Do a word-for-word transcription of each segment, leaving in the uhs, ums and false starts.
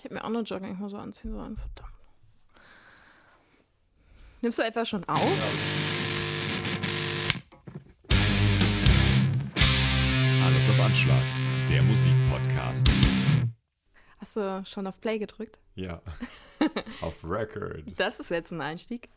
hätte mir auch eine Jogginghose anziehen sollen, verdammt. Nimmst du etwa schon auf? Alles auf Anschlag, der Musikpodcast. Hast du schon auf Play gedrückt? Ja, auf Record. Das ist jetzt ein Einstieg.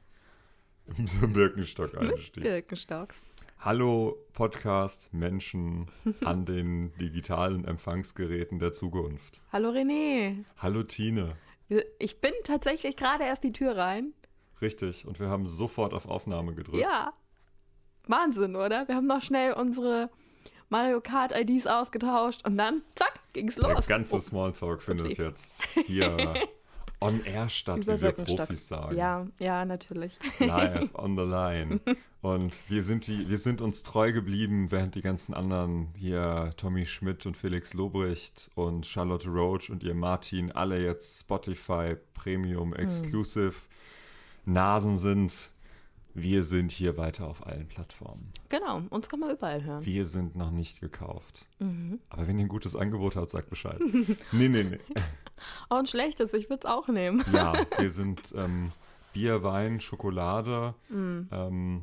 Birkenstock-Einstieg. Birkenstocks. Hallo Podcast Menschen an den digitalen Empfangsgeräten der Zukunft. Hallo René. Hallo Tine. Ich bin tatsächlich gerade erst die Tür rein. Richtig, und wir haben sofort auf Aufnahme gedrückt. Ja. Wahnsinn, oder? Wir haben noch schnell unsere Mario Kart I Ds ausgetauscht und dann, zack, ging's los. Der ganze Oh. Smalltalk findet Upsi. jetzt hier on air statt, Über wie wir Birkenstocks. Profis sagen. Ja, ja, natürlich. Live on the line. Und wir sind, die, wir sind uns treu geblieben, während die ganzen anderen hier, Tommy Schmidt und Felix Lobrecht und Charlotte Roach und ihr Martin, alle jetzt Spotify Premium Exclusive Nasen sind. Wir sind hier weiter auf allen Plattformen. Genau, uns kann man überall hören. Wir sind noch nicht gekauft. Mhm. Aber wenn ihr ein gutes Angebot habt, sagt Bescheid. Nee, nee, nee. Auch ein schlechtes, ich würde es auch nehmen. Ja, wir sind ähm, Bier, Wein, Schokolade. Mhm. Ähm,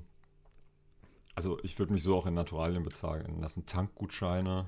also ich würde mich so auch in Naturalien bezahlen lassen. Tankgutscheine,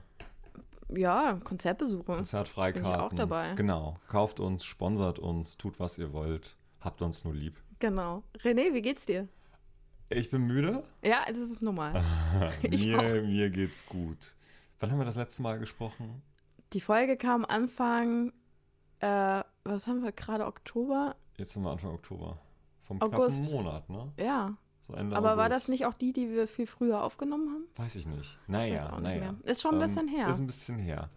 Ja, Konzertbesuche. Konzertfreikarten. Bin ich auch dabei. Genau. Kauft uns, sponsert uns, tut was ihr wollt. Habt uns nur lieb. Genau. René, wie geht's dir? Ich bin müde. Ja, das ist normal. Ich mir, auch. mir geht's gut. Wann haben wir das letzte Mal gesprochen? Die Folge kam Anfang, äh, was haben wir gerade, Oktober? Jetzt sind wir Anfang Oktober. Vom August. knappen Monat, ne? Ja. So Ende Aber war August. das nicht auch die, die wir viel früher aufgenommen haben? Weiß ich nicht. Ich Naja, weiß auch nicht naja. mehr. Ist schon ein bisschen ähm, her. Ist ein bisschen her.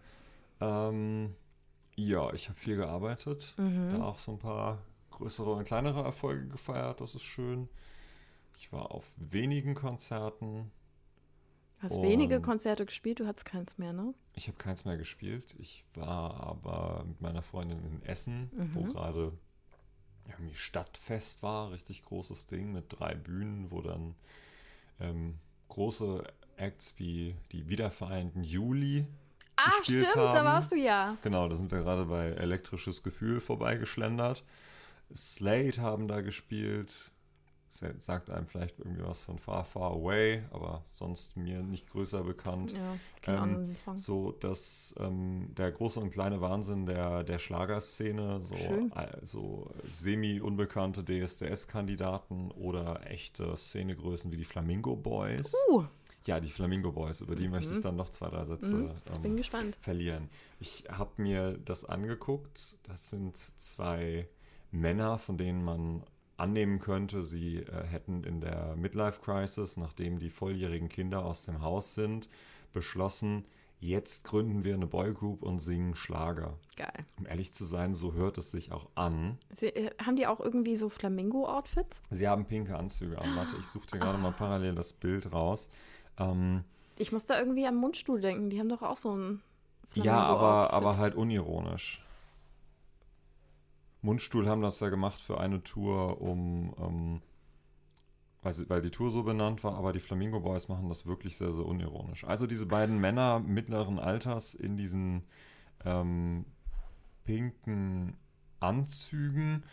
Ähm, ja, ich habe viel gearbeitet. Mhm. Da auch so ein paar größere und kleinere Erfolge gefeiert. Das ist schön. Ich war auf wenigen Konzerten. Hast und wenige Konzerte gespielt, du hattest keins mehr, ne? Ich habe keins mehr gespielt. Ich war aber mit meiner Freundin in Essen, Mhm. wo gerade irgendwie Stadtfest war. Richtig großes Ding mit drei Bühnen, wo dann ähm, große Acts wie die wiedervereinten Juli Ah, gespielt stimmt, da haben. warst du ja. Genau, da sind wir gerade bei Elektrisches Gefühl vorbeigeschlendert. Slade haben da gespielt. Das sagt einem vielleicht irgendwie was von Far, Far Away, aber sonst mir nicht größer bekannt. Ja, keine Ähm, Ahnung, den Song. So, dass ähm, der große und kleine Wahnsinn der, der Schlagerszene, so, Schön. äh, so semi-unbekannte D S D S-Kandidaten oder echte Szenegrößen wie die Flamingo Boys. Uh, Ja, die Flamingo Boys, über die Mhm. möchte ich dann noch zwei, drei Sätze Mhm, ich bin ähm, gespannt. verlieren. Ich habe mir das angeguckt. Das sind zwei Männer, von denen man annehmen könnte, sie äh, hätten in der Midlife-Crisis, nachdem die volljährigen Kinder aus dem Haus sind, beschlossen, jetzt gründen wir eine Boygroup und singen Schlager. Geil. Um ehrlich zu sein, so hört es sich auch an. Sie, äh, haben die auch irgendwie so Flamingo-Outfits? Sie haben pinke Anzüge an. Warte, ich suche dir gerade mal parallel das Bild raus. Ähm, Ich muss da irgendwie am Mundstuhl denken, die haben doch auch so ein ja, aber, Flamingo-Outfit. aber halt unironisch. Mundstuhl haben das ja gemacht für eine Tour, um, ähm, weil, sie, weil die Tour so benannt war, aber die Flamingo Boys machen das wirklich sehr, sehr unironisch. Also diese beiden Männer mittleren Alters in diesen ähm, pinken Anzügen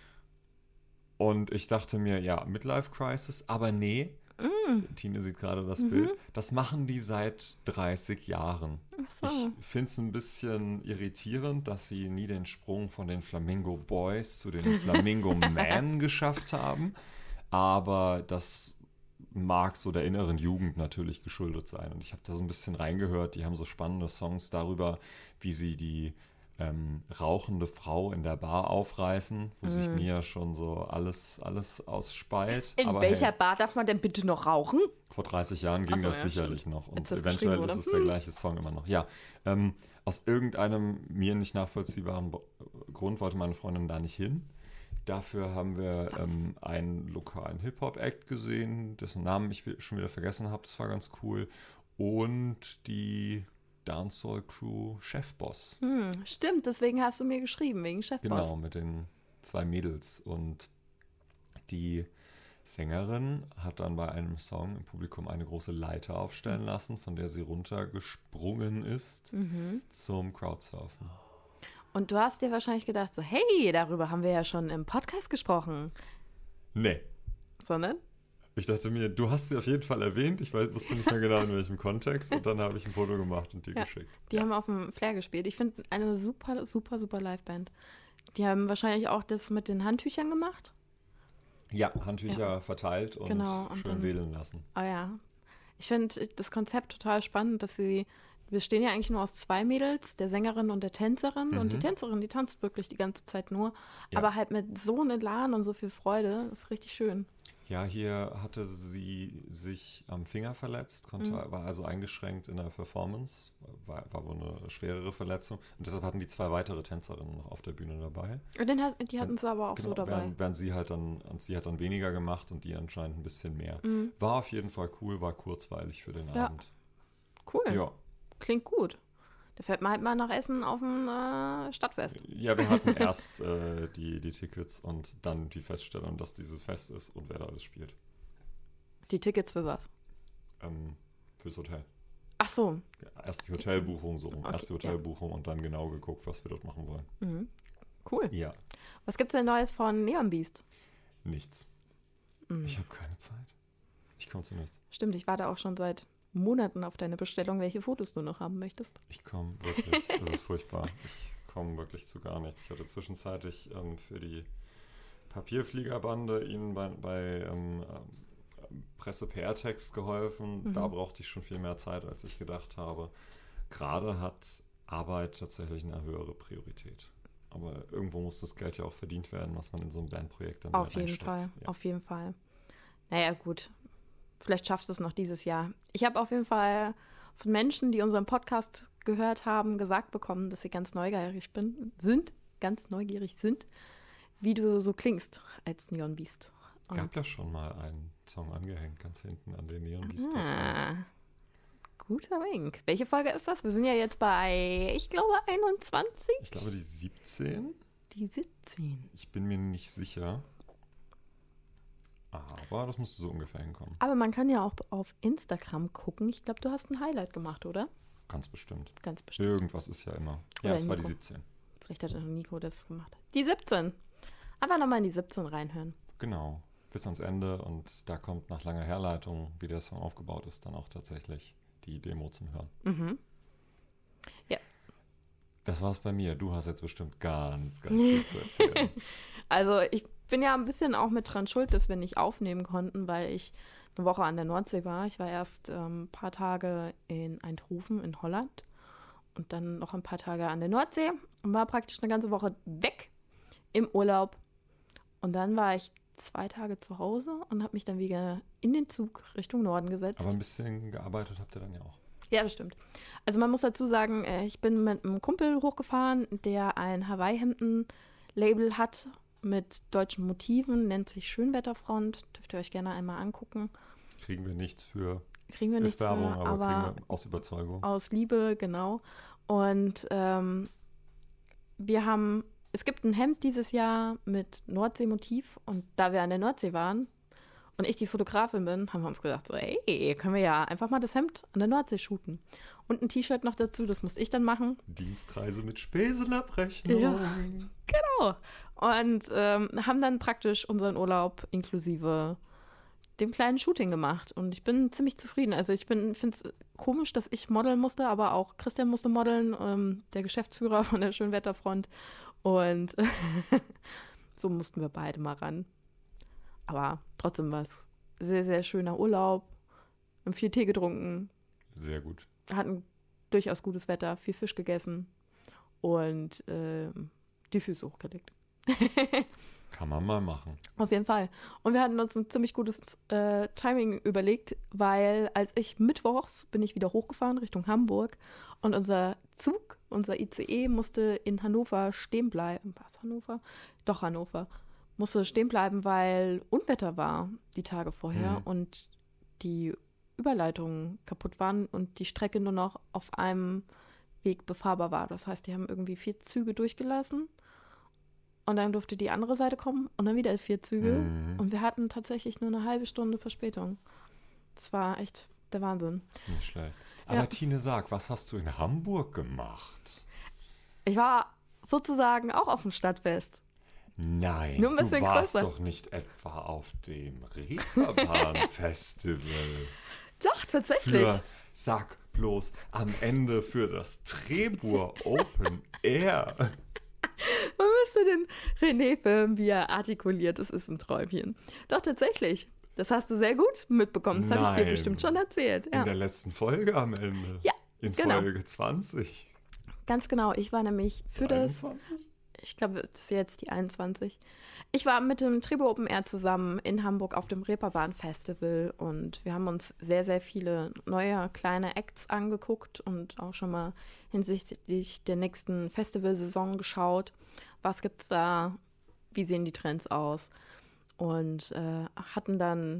und ich dachte mir, ja, Midlife Crisis, aber nee, Mm, Tine sieht gerade das Mhm. Bild, das machen die seit dreißig Jahren. ach so. Ich finde es ein bisschen irritierend, dass sie nie den Sprung von den Flamingo Boys zu den Flamingo Men geschafft haben. Aber das mag so der inneren Jugend natürlich geschuldet sein. Und ich habe da so ein bisschen reingehört. Die haben so spannende Songs darüber, wie sie die ähm, rauchende Frau in der Bar aufreißen, wo sich mir schon so alles, alles ausspeit. In Aber welcher hey, Bar darf man denn bitte noch rauchen? vor dreißig Jahren ging Ach so, das ja, sicherlich noch. Und Als das eventuell geschrieben ist wurde. es der gleiche Song immer noch. Ja, ähm, aus irgendeinem mir nicht nachvollziehbaren Bo- Grund wollte meine Freundin da nicht hin. Dafür haben wir Was? ähm, einen lokalen Hip-Hop-Act gesehen, dessen Namen ich wi- schon wieder vergessen habe. Das war ganz cool. Und die Dancehall-Crew Chefboss. Hm, stimmt, deswegen hast du mir geschrieben, wegen Chefboss. Genau, mit den zwei Mädels. Und die Sängerin hat dann bei einem Song im Publikum eine große Leiter aufstellen lassen, von der sie runtergesprungen ist Mhm. zum Crowdsurfen. Und du hast dir wahrscheinlich gedacht, so, hey, darüber haben wir ja schon im Podcast gesprochen. Nee. Sondern? Ich dachte mir, du hast sie auf jeden Fall erwähnt. Ich weiß, wusste nicht mehr genau, in welchem Kontext. Und dann habe ich ein Foto gemacht und dir ja, geschickt. Die ja. haben auf dem Flair gespielt. Ich finde eine super, super, super Liveband. Die haben wahrscheinlich auch das mit den Handtüchern gemacht. Ja, Handtücher ja. verteilt und, genau, und schön dann, wählen lassen. Oh ja. Ich finde das Konzept total spannend, dass sie, wir stehen ja eigentlich nur aus zwei Mädels, der Sängerin und der Tänzerin. Mhm. Und die Tänzerin, die tanzt wirklich die ganze Zeit nur. Ja. Aber halt mit so einem Elan und so viel Freude. Das ist richtig schön. Ja, hier hatte sie sich am Finger verletzt, konnte, mhm. war also eingeschränkt in der Performance, war, war wohl eine schwerere Verletzung. Und deshalb hatten die zwei weitere Tänzerinnen noch auf der Bühne dabei. Und den, die hatten sie aber auch genau, so dabei. Während, während sie halt dann, sie hat dann weniger gemacht und die anscheinend ein bisschen mehr. Mhm. War auf jeden Fall cool, war kurzweilig für den ja. Abend. Cool. Ja. Klingt gut. Da fährt man halt mal nach Essen auf ein äh, Stadtfest. Ja, wir hatten erst äh, die, die Tickets und dann die Feststellung, dass dieses Fest ist und wer da alles spielt. Die Tickets für was? Ähm, fürs Hotel. Ach so. Erst die Hotelbuchung, so rum. Okay, Erst die Hotelbuchung ja. und dann genau geguckt, was wir dort machen wollen. Mhm. Cool. Ja. Was gibt's denn Neues von Neon Beast? Nichts. Mhm. Ich habe keine Zeit. Ich komme zu nichts. Stimmt, ich warte auch schon seit Monaten auf deine Bestellung, welche Fotos du noch haben möchtest. Ich komme wirklich, das ist furchtbar. Ich komme wirklich zu gar nichts. Ich hatte zwischenzeitlich ähm, für die Papierfliegerbande ihnen bei, bei ähm, Presse-P R-Text geholfen. Mhm. Da brauchte ich schon viel mehr Zeit, als ich gedacht habe. Gerade hat Arbeit tatsächlich eine höhere Priorität. Aber irgendwo muss das Geld ja auch verdient werden, was man in so ein Bandprojekt dann Auf jeden Fall, ja. auf jeden Fall. Naja, gut. Vielleicht schaffst du es noch dieses Jahr. Ich habe auf jeden Fall von Menschen, die unseren Podcast gehört haben, gesagt bekommen, dass sie ganz neugierig bin, sind, ganz neugierig sind, wie du so klingst als Neon Beast. Es gab ja schon mal einen Song angehängt, ganz hinten an den Neon Beast Podcast. Ah, guter Wink. Welche Folge ist das? Wir sind ja jetzt bei, ich glaube, einundzwanzig. Ich glaube, die siebzehn. Die siebzehn. Ich bin mir nicht sicher. Aber das musste so ungefähr hinkommen. Aber man kann ja auch auf Instagram gucken. Ich glaube, du hast ein Highlight gemacht, oder? Ganz bestimmt. Ganz bestimmt. Irgendwas ist ja immer. Oder ja, es Nico. war die siebzehn. Vielleicht hat Nico das gemacht. Die siebzehn. Einfach nochmal in die siebzehn reinhören. Genau. Bis ans Ende. Und da kommt nach langer Herleitung, wie der Song aufgebaut ist, dann auch tatsächlich die Demo zum Hören. Mhm. Ja. Das war's bei mir. Du hast jetzt bestimmt ganz, ganz viel zu erzählen. Also ich bin ja ein bisschen auch mit dran schuld, dass wir nicht aufnehmen konnten, weil ich eine Woche an der Nordsee war. Ich war erst ähm, ein paar Tage in Eindhoven in Holland und dann noch ein paar Tage an der Nordsee und war praktisch eine ganze Woche weg im Urlaub. Und dann war ich zwei Tage zu Hause und habe mich dann wieder in den Zug Richtung Norden gesetzt. Aber ein bisschen gearbeitet habt ihr dann ja auch. Ja, das stimmt. Also man muss dazu sagen, ich bin mit einem Kumpel hochgefahren, der ein Hawaii-Hemden-Label hat mit deutschen Motiven, nennt sich Schönwetterfront. Dürft ihr euch gerne einmal angucken. Kriegen wir nichts für. Kriegen wir nichts Werbung, für, aber, aber kriegen wir aus Überzeugung. Aus Liebe, genau. Und ähm, wir haben, es gibt ein Hemd dieses Jahr mit Nordsee-Motiv und da wir an der Nordsee waren und ich die Fotografin bin, haben wir uns gedacht, so, ey, können wir ja einfach mal das Hemd an der Nordsee shooten. Und ein T-Shirt noch dazu, das musste ich dann machen. Dienstreise mit Spesenabrechnung. Ja, genau. Und ähm, haben dann praktisch unseren Urlaub inklusive dem kleinen Shooting gemacht. Und ich bin ziemlich zufrieden. Also ich bin finde es komisch, dass ich modeln musste, aber auch Christian musste modeln, ähm, der Geschäftsführer von der Schönwetterfront. Und so mussten wir beide mal ran. Aber trotzdem war es sehr, sehr schöner Urlaub. Wir haben viel Tee getrunken. Sehr gut. Hatten durchaus gutes Wetter, viel Fisch gegessen und äh, die Füße hochgelegt. Kann man mal machen. Auf jeden Fall. Und wir hatten uns ein ziemlich gutes äh, Timing überlegt, weil als ich mittwochs bin ich wieder hochgefahren Richtung Hamburg und unser Zug, unser I C E musste in Hannover stehen bleiben. Was, Hannover? Doch, Hannover. Musste stehen bleiben, weil Unwetter war die Tage vorher Mhm. und die Überleitungen kaputt waren und die Strecke nur noch auf einem Weg befahrbar war. Das heißt, die haben irgendwie vier Züge durchgelassen und dann durfte die andere Seite kommen und dann wieder vier Züge Mhm. und wir hatten tatsächlich nur eine halbe Stunde Verspätung. Das war echt der Wahnsinn. Nicht schlecht. Aber Ja. Tine, sag, was hast du in Hamburg gemacht? Ich war sozusagen auch auf dem Stadtfest. Nein, Nur ein bisschen du warst größer. doch nicht etwa auf dem Reeperbahn-Festival. Doch, tatsächlich. Für, sag bloß, am Ende für das Trebur Open Air. Man müsste den René filmen, wie er artikuliert. Das ist ein Träumchen. Doch, tatsächlich. Das hast du sehr gut mitbekommen. Das habe ich dir Nein. bestimmt schon erzählt. Ja. In der letzten Folge am Ende. Ja, In genau. Folge zwanzig. Ganz genau. Ich war nämlich für das, einundzwanzig? ich glaube, das ist jetzt die einundzwanzig. Ich war mit dem Trebur Open Air zusammen in Hamburg auf dem Reeperbahn Festival und wir haben uns sehr, sehr viele neue kleine Acts angeguckt und auch schon mal hinsichtlich der nächsten Festivalsaison geschaut. Was gibt's da? Wie sehen die Trends aus? Und äh, hatten dann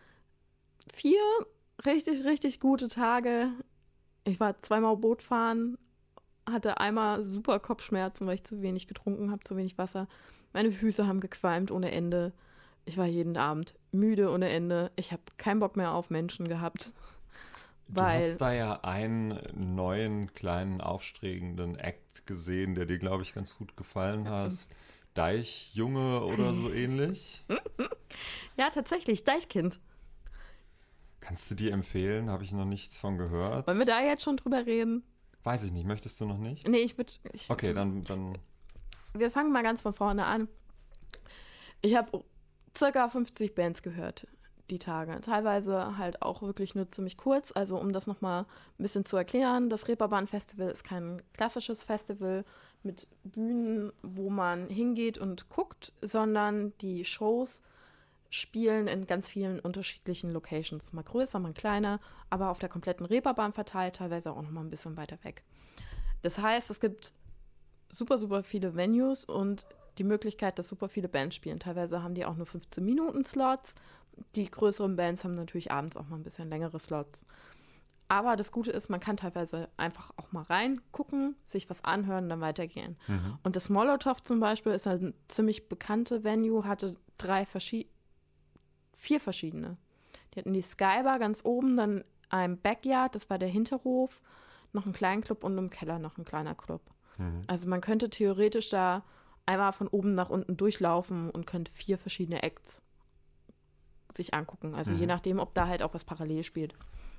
vier richtig, richtig gute Tage. Ich war zweimal Boot fahren, hatte einmal super Kopfschmerzen, weil ich zu wenig getrunken habe, zu wenig Wasser. Meine Füße haben gequalmt ohne Ende. Ich war jeden Abend müde ohne Ende. Ich habe keinen Bock mehr auf Menschen gehabt. Du Weil, hast da ja einen neuen, kleinen, aufstrebenden Act gesehen, der dir, glaube ich, ganz gut gefallen hat. Deichjunge oder so ähnlich. ja, tatsächlich, Deichkind. Kannst du dir empfehlen? Habe ich noch nichts von gehört. Wollen wir da jetzt schon drüber reden? Weiß ich nicht. Möchtest du noch nicht? Nee, ich würde... Okay, dann, dann Wir fangen mal ganz von vorne an. Ich habe circa fünfzig Bands gehört die Tage. Teilweise halt auch wirklich nur ziemlich kurz. Also um das nochmal ein bisschen zu erklären, das Reeperbahn Festival ist kein klassisches Festival mit Bühnen, wo man hingeht und guckt, sondern die Shows spielen in ganz vielen unterschiedlichen Locations. Mal größer, mal kleiner, aber auf der kompletten Reeperbahn verteilt, teilweise auch nochmal ein bisschen weiter weg. Das heißt, es gibt super, super viele Venues und die Möglichkeit, dass super viele Bands spielen. Teilweise haben die auch nur fünfzehn Minuten Slots. Die größeren Bands haben natürlich abends auch mal ein bisschen längere Slots. Aber das Gute ist, man kann teilweise einfach auch mal reingucken, sich was anhören und dann weitergehen. Mhm. Und das Molotow zum Beispiel ist ein ziemlich bekannte Venue, hatte drei verschiedene, vier verschiedene. Die hatten die Skybar ganz oben, dann ein Backyard, das war der Hinterhof, noch einen kleinen Club und im Keller noch ein kleiner Club. Mhm. Also man könnte theoretisch da einmal von oben nach unten durchlaufen und könnte vier verschiedene Acts sich angucken. Also Mhm. je nachdem, ob da halt auch was parallel spielt.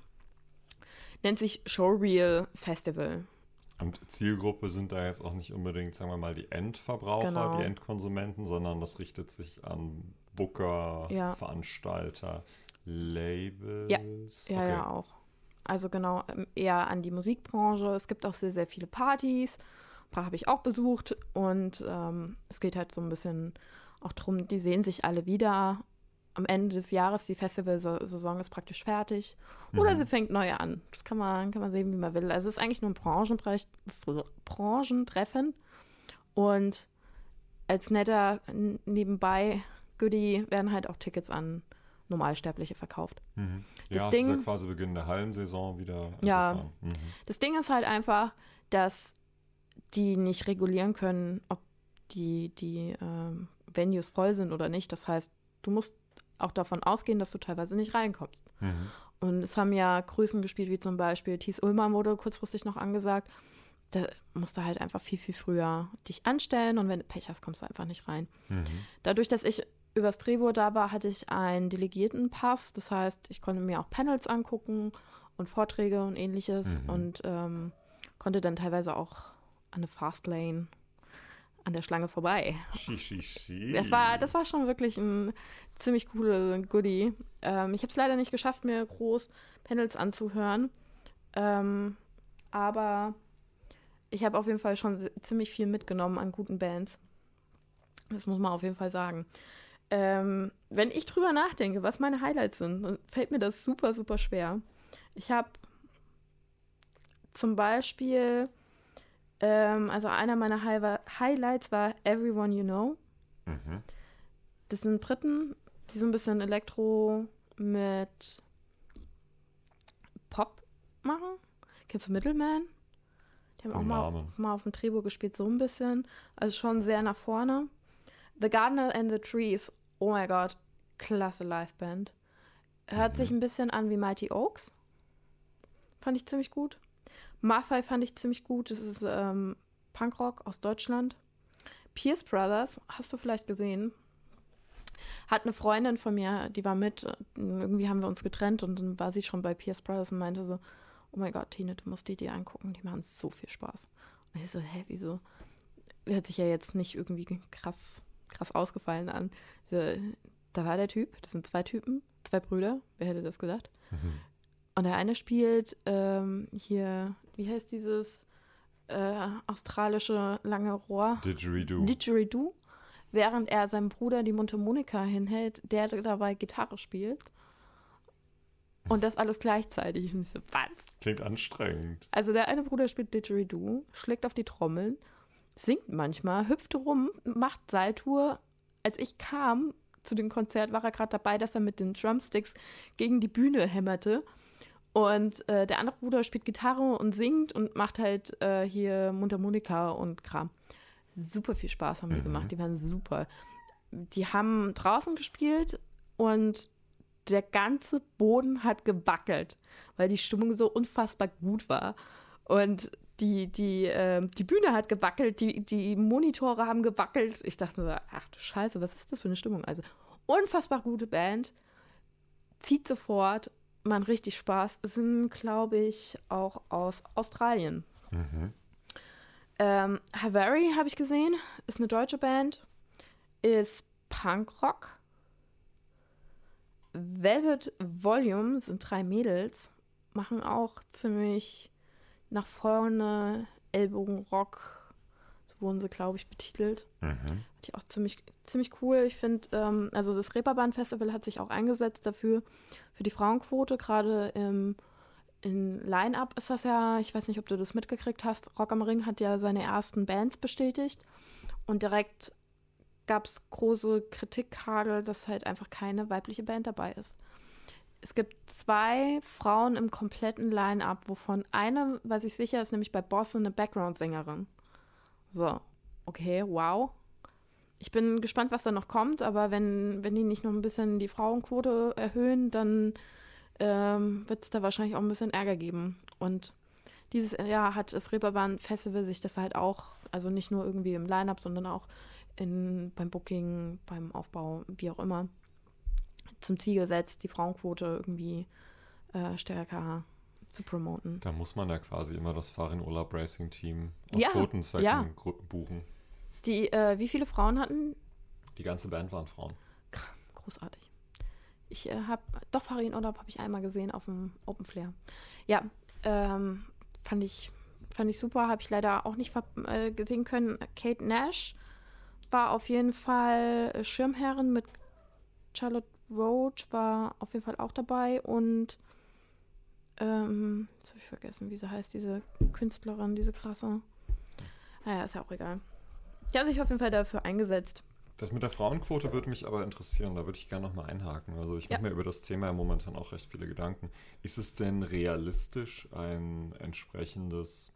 Nennt sich Showreel Festival. Und Zielgruppe sind da jetzt auch nicht unbedingt, sagen wir mal, die Endverbraucher, Genau. die Endkonsumenten, sondern das richtet sich an Booker, Ja. Veranstalter, Labels. Ja, ja, okay. ja, auch. Also genau, ähm, eher an die Musikbranche. Es gibt auch sehr, sehr viele Partys. Ein paar habe ich auch besucht. Und ähm, es geht halt so ein bisschen auch drum, die sehen sich alle wieder. Am Ende des Jahres, die Festivalsaison ist praktisch fertig. Oder Mhm. sie fängt neu an. Das kann man, kann man sehen, wie man will. Also es ist eigentlich nur ein Branchenbereich, Branchentreffen. Und als netter n- nebenbei Goodie werden halt auch Tickets an Normalsterbliche verkauft. Mhm. Das Ja, es Ding- ist ja quasi Beginn der Hallensaison wieder. Ja. insofern. Mhm. Das Ding ist halt einfach, dass die nicht regulieren können, ob die, die ähm, Venues voll sind oder nicht. Das heißt, du musst auch davon ausgehen, dass du teilweise nicht reinkommst. Mhm. Und es haben ja Größen gespielt, wie zum Beispiel Thies Ullmann wurde kurzfristig noch angesagt. Da musst du halt einfach viel, viel früher dich anstellen und wenn du Pech hast, kommst du einfach nicht rein. Mhm. Dadurch, dass ich übers Trebur da war, hatte ich einen Delegiertenpass. Das heißt, ich konnte mir auch Panels angucken und Vorträge und ähnliches Mhm. und ähm, konnte dann teilweise auch an der Fastlane an der Schlange vorbei. Schi, schi, schi. Das war, das war schon wirklich ein ziemlich cooles Goodie. Ähm, ich habe es leider nicht geschafft, mir groß Panels anzuhören. Ähm, aber ich habe auf jeden Fall schon se- ziemlich viel mitgenommen an guten Bands. Das muss man auf jeden Fall sagen. Ähm, wenn ich drüber nachdenke, was meine Highlights sind, dann fällt mir das super, super schwer. Ich habe zum Beispiel, ähm, also einer meiner Hi- Highlights war Everyone You Know. Mhm. Das sind Briten, die so ein bisschen Elektro mit Pop machen. Kennst du Middleman? Die haben Vom auch mal, Namen. mal auf dem Trebur gespielt, so ein bisschen. Also schon sehr nach vorne. The Gardener and the Trees, oh mein Gott, klasse Liveband. Hört Mhm. sich ein bisschen an wie Mighty Oaks. Fand ich ziemlich gut. Maffei fand ich ziemlich gut. Das ist ähm, Punkrock aus Deutschland. Pierce Brothers, hast du vielleicht gesehen? Hat eine Freundin von mir, die war mit, irgendwie haben wir uns getrennt und dann war sie schon bei Pierce Brothers und meinte so, oh mein Gott, Tine, du musst die dir angucken, die machen so viel Spaß. Und ich so, hä, wieso? Hört sich ja jetzt nicht irgendwie krass, krass ausgefallen an. So, da war der Typ, das sind zwei Typen, zwei Brüder, wer hätte das gedacht? Mhm. Und der eine spielt ähm, hier, wie heißt dieses äh, australische lange Rohr? Didgeridoo. Didgeridoo. Während er seinem Bruder die Mundharmonika hinhält, der dabei Gitarre spielt. Und das alles gleichzeitig. Und ich so, was? Klingt anstrengend. Also der eine Bruder spielt Didgeridoo, schlägt auf die Trommeln, singt manchmal, hüpft rum, macht Seiltour. Als ich kam zu dem Konzert, war er gerade dabei, dass er mit den Drumsticks gegen die Bühne hämmerte. Und äh, der andere Bruder spielt Gitarre und singt und macht halt äh, hier Mundharmonika und Kram. Super viel Spaß haben die mhm. gemacht, die waren super. Die haben draußen gespielt und der ganze Boden hat gewackelt, weil die Stimmung so unfassbar gut war. Und die, die, äh, die Bühne hat gewackelt, die, die Monitore haben gewackelt. Ich dachte so, ach du Scheiße, was ist das für eine Stimmung? Also unfassbar gute Band, zieht sofort, man richtig Spaß. Sind, glaube ich, auch aus Australien. Mhm. Ähm, Havari habe ich gesehen, ist eine deutsche Band, ist Punkrock. Velvet Volume sind drei Mädels, machen auch ziemlich nach vorne Ellbogenrock, so wurden sie, glaube ich, betitelt. Mhm. Fand ich auch ziemlich, ziemlich cool. Ich finde, ähm, also das Reeperbahn-Festival hat sich auch eingesetzt dafür, für die Frauenquote, gerade im In Line-Up ist das ja, ich weiß nicht, ob du das mitgekriegt hast, Rock am Ring hat ja seine ersten Bands bestätigt und direkt gab es große Kritikhagel, dass halt einfach keine weibliche Band dabei ist. Es gibt zwei Frauen im kompletten Line-Up, wovon eine, weiß ich sicher, ist nämlich bei Bosse eine Background-Sängerin. So, okay, wow. Ich bin gespannt, was da noch kommt, aber wenn, wenn die nicht noch ein bisschen die Frauenquote erhöhen, dann Ähm, wird es da wahrscheinlich auch ein bisschen Ärger geben. Und dieses Jahr hat das Reeperbahn Festival sich das halt auch, also nicht nur irgendwie im Line-Up, sondern auch in, beim Booking, beim Aufbau, wie auch immer, zum Ziel gesetzt, die Frauenquote irgendwie äh, stärker zu promoten. Da muss man ja quasi immer das Farin-Urlaub Racing Team aus ja, Quotenzwecken ja. buchen. Die, äh, wie viele Frauen hatten? Die ganze Band waren Frauen. Großartig. Ich äh, habe, doch Farin-Urlaub habe ich einmal gesehen auf dem Open Flair. Ja, ähm, fand ich, fand ich super, habe ich leider auch nicht äh, gesehen können. Kate Nash war auf jeden Fall Schirmherrin mit Charlotte Roach, war auf jeden Fall auch dabei und ähm, jetzt habe ich vergessen, wie sie heißt, diese Künstlerin, diese krasse. Naja, ist ja auch egal. Die hat sich auf jeden Fall dafür eingesetzt. Das mit der Frauenquote würde mich aber interessieren, da würde ich gerne nochmal einhaken. Also ich mache ja. mir über das Thema ja momentan auch recht viele Gedanken. Ist es denn realistisch, ein entsprechendes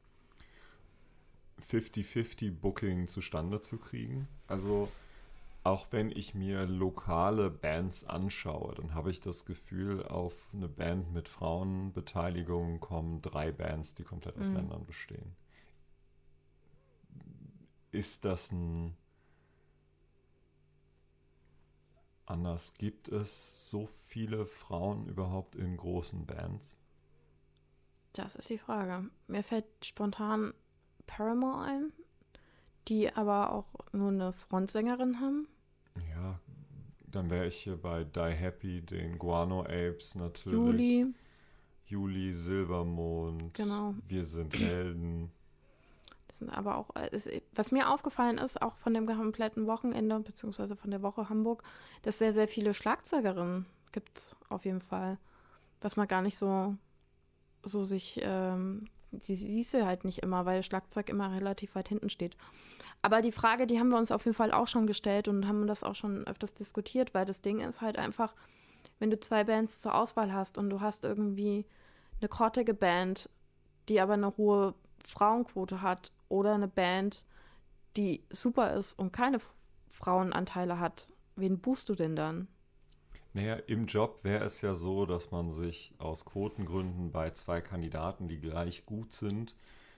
fünfzig fünfzig Booking zustande zu kriegen? Also auch wenn ich mir lokale Bands anschaue, dann habe ich das Gefühl, auf eine Band mit Frauenbeteiligung kommen drei Bands, die komplett aus mhm. Männern bestehen. Ist das ein anders? Gibt es so viele Frauen überhaupt in großen Bands? Das ist die Frage. Mir fällt spontan Paramore ein, die aber auch nur eine Frontsängerin haben. Ja, dann wäre ich hier bei Die Happy, den Guano Apes natürlich. Juli. Juli, Silbermond. Genau. Wir sind Helden. Das sind aber auch, ist, was mir aufgefallen ist, auch von dem kompletten Wochenende, beziehungsweise von der Woche Hamburg, dass sehr, sehr viele Schlagzeugerinnen gibt es auf jeden Fall. Was man gar nicht so, so sich, ähm, die siehst du halt nicht immer, weil Schlagzeug immer relativ weit hinten steht. Aber die Frage, die haben wir uns auf jeden Fall auch schon gestellt und haben das auch schon öfters diskutiert, weil das Ding ist halt einfach, wenn du zwei Bands zur Auswahl hast und du hast irgendwie eine grottige Band, die aber eine hohe Frauenquote hat oder eine Band, die super ist und keine Frauenanteile hat, wen buchst du denn dann? Naja, im Job wäre es ja so, dass man sich aus Quotengründen bei zwei Kandidaten, die gleich gut sind,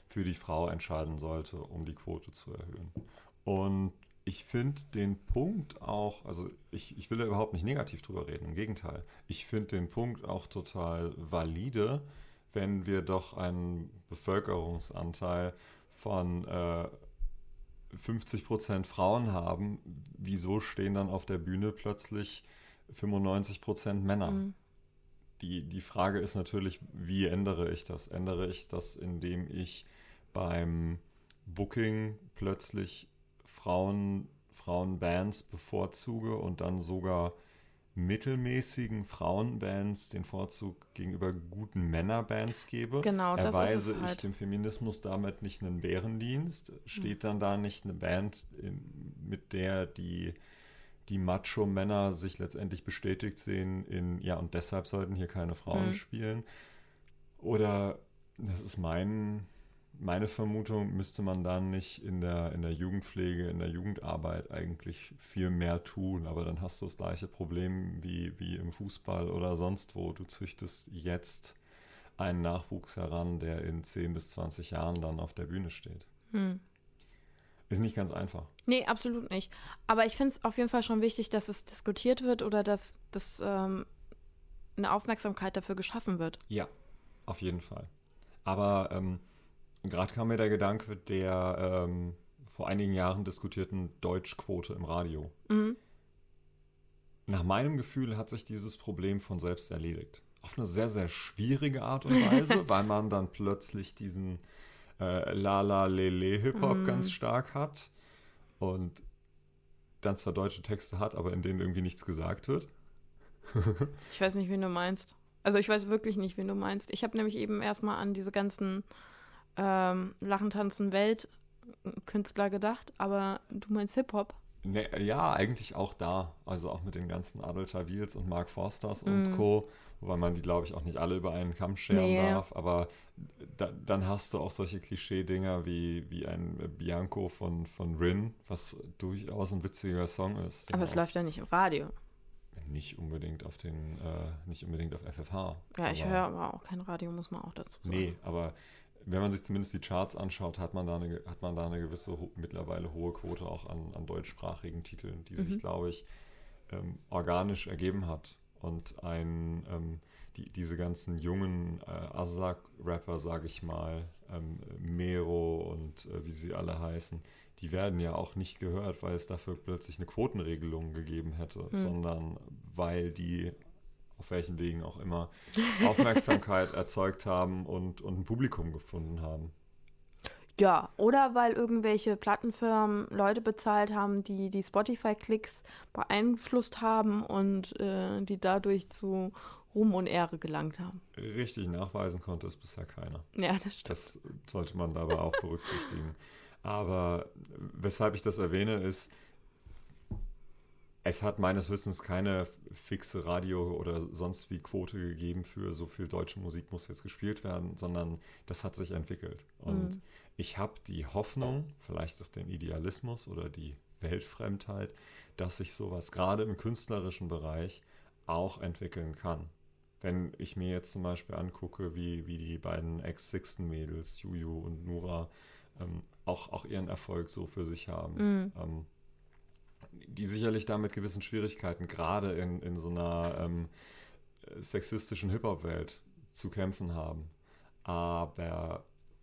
für die Frau entscheiden sollte, um die Quote zu erhöhen. Und ich finde den Punkt auch, also ich, ich will da überhaupt nicht negativ drüber reden, im Gegenteil. Ich finde den Punkt auch total valide, wenn wir doch einen Bevölkerungsanteil von äh, fünfzig Prozent Frauen haben. Wieso stehen dann auf der Bühne plötzlich fünfundneunzig Prozent Männer? Mhm. Die, die Frage ist natürlich, wie ändere ich das? Ändere ich das, indem ich beim Booking plötzlich Frauen, Frauenbands bevorzuge und dann sogar mittelmäßigen Frauenbands den Vorzug gegenüber guten Männerbands gebe? Genau, das Erweise ist es halt. ich dem Feminismus damit nicht einen Bärendienst? Steht dann da nicht eine Band, in, mit der die, die Macho-Männer sich letztendlich bestätigt sehen in, ja, und deshalb sollten hier keine Frauen mhm. spielen? Oder, das ist mein... Meine Vermutung, müsste man dann nicht in der, in der Jugendpflege, in der Jugendarbeit eigentlich viel mehr tun. Aber dann hast du das gleiche Problem wie, wie im Fußball oder sonst wo. Du züchtest jetzt einen Nachwuchs heran, der in zehn bis zwanzig Jahren dann auf der Bühne steht. Hm. Ist nicht ganz einfach. Nee, absolut nicht. Aber ich finde es auf jeden Fall schon wichtig, dass es diskutiert wird oder dass, dass ähm, eine Aufmerksamkeit dafür geschaffen wird. Ja, auf jeden Fall. Aber ähm, gerade kam mir der Gedanke der ähm, vor einigen Jahren diskutierten Deutschquote im Radio. Mhm. Nach meinem Gefühl hat sich dieses Problem von selbst erledigt. Auf eine sehr, sehr schwierige Art und Weise, weil man dann plötzlich diesen äh, La-La-Le-Le-Hip-Hop mhm. ganz stark hat und dann zwar deutsche Texte hat, aber in denen irgendwie nichts gesagt wird. Ich weiß nicht, wen du meinst. Also ich weiß wirklich nicht, wen du meinst. Ich habe nämlich eben erstmal an diese ganzen Ähm, Lachen, Tanzen, Welt Künstler gedacht, aber du meinst Hip-Hop? Ne, ja, eigentlich auch da. Also auch mit den ganzen Adel Tawils und Mark Forsters und mm. Co., wobei man die, glaube ich, auch nicht alle über einen Kamm scheren nee. darf. Aber da, dann hast du auch solche Klischee-Dinger wie, wie ein Bianco von, von Rin, was durchaus ein witziger Song ist. Aber es läuft ja nicht im Radio. Nicht unbedingt auf den, äh, nicht unbedingt auf F F H. Ja, ich höre aber auch kein Radio, muss man auch dazu sagen. Nee, aber wenn man sich zumindest die Charts anschaut, hat man da eine, hat man da eine gewisse ho- mittlerweile hohe Quote auch an, an deutschsprachigen Titeln, die mhm. sich, glaube ich, ähm, organisch ergeben hat. Und ein, ähm, die, diese ganzen jungen äh, Aslak-Rapper, sage ich mal, ähm, Mero und äh, wie sie alle heißen, die werden ja auch nicht gehört, weil es dafür plötzlich eine Quotenregelung gegeben hätte, mhm. sondern weil die auf welchen Wegen auch immer, Aufmerksamkeit erzeugt haben und, und ein Publikum gefunden haben. Ja, oder weil irgendwelche Plattenfirmen Leute bezahlt haben, die die Spotify-Klicks beeinflusst haben und äh, die dadurch zu Ruhm und Ehre gelangt haben. Richtig nachweisen konnte es bisher keiner. Ja, das stimmt. Das sollte man dabei auch berücksichtigen. Aber weshalb ich das erwähne, ist, es hat meines Wissens keine fixe Radio- oder sonst wie Quote gegeben für so viel deutsche Musik muss jetzt gespielt werden, sondern das hat sich entwickelt. Und mhm. ich habe die Hoffnung, vielleicht auch den Idealismus oder die Weltfremdheit, dass sich sowas gerade im künstlerischen Bereich auch entwickeln kann. Wenn ich mir jetzt zum Beispiel angucke, wie, wie die beiden Ex-Sixten-Mädels, Juju und Nura, ähm, auch, auch ihren Erfolg so für sich haben. Mhm. Ähm, die sicherlich da mit gewissen Schwierigkeiten gerade in, in so einer ähm, sexistischen Hip-Hop-Welt zu kämpfen haben. Aber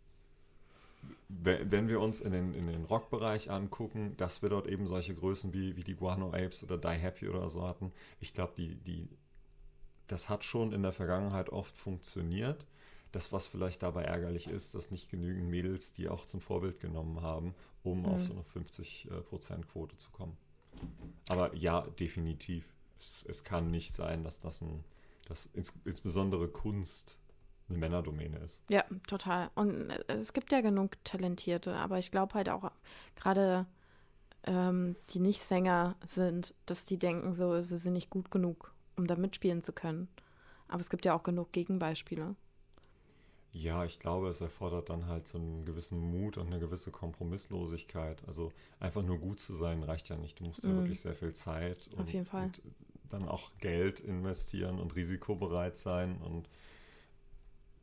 wenn wir uns in den, in den Rock-Bereich angucken, dass wir dort eben solche Größen wie, wie die Guano Apes oder Die Happy oder so hatten, ich glaube, die, die, das hat schon in der Vergangenheit oft funktioniert. Das, was vielleicht dabei ärgerlich ist, dass nicht genügend Mädels die auch zum Vorbild genommen haben, um mhm. auf so eine fünfzig Prozent Quote zu kommen. Aber ja, definitiv. Es, es kann nicht sein, dass das ein, dass ins, insbesondere Kunst eine Männerdomäne ist. Ja, total. Und es gibt ja genug Talentierte, aber ich glaube halt auch gerade ähm, die Nicht-Sänger sind, dass die denken so, sie sind nicht gut genug, um da mitspielen zu können. Aber es gibt ja auch genug Gegenbeispiele. Ja, ich glaube, es erfordert dann halt so einen gewissen Mut und eine gewisse Kompromisslosigkeit. Also einfach nur gut zu sein reicht ja nicht. Du musst ja mm. wirklich sehr viel Zeit und, Auf jeden Fall. und dann auch Geld investieren und risikobereit sein. Und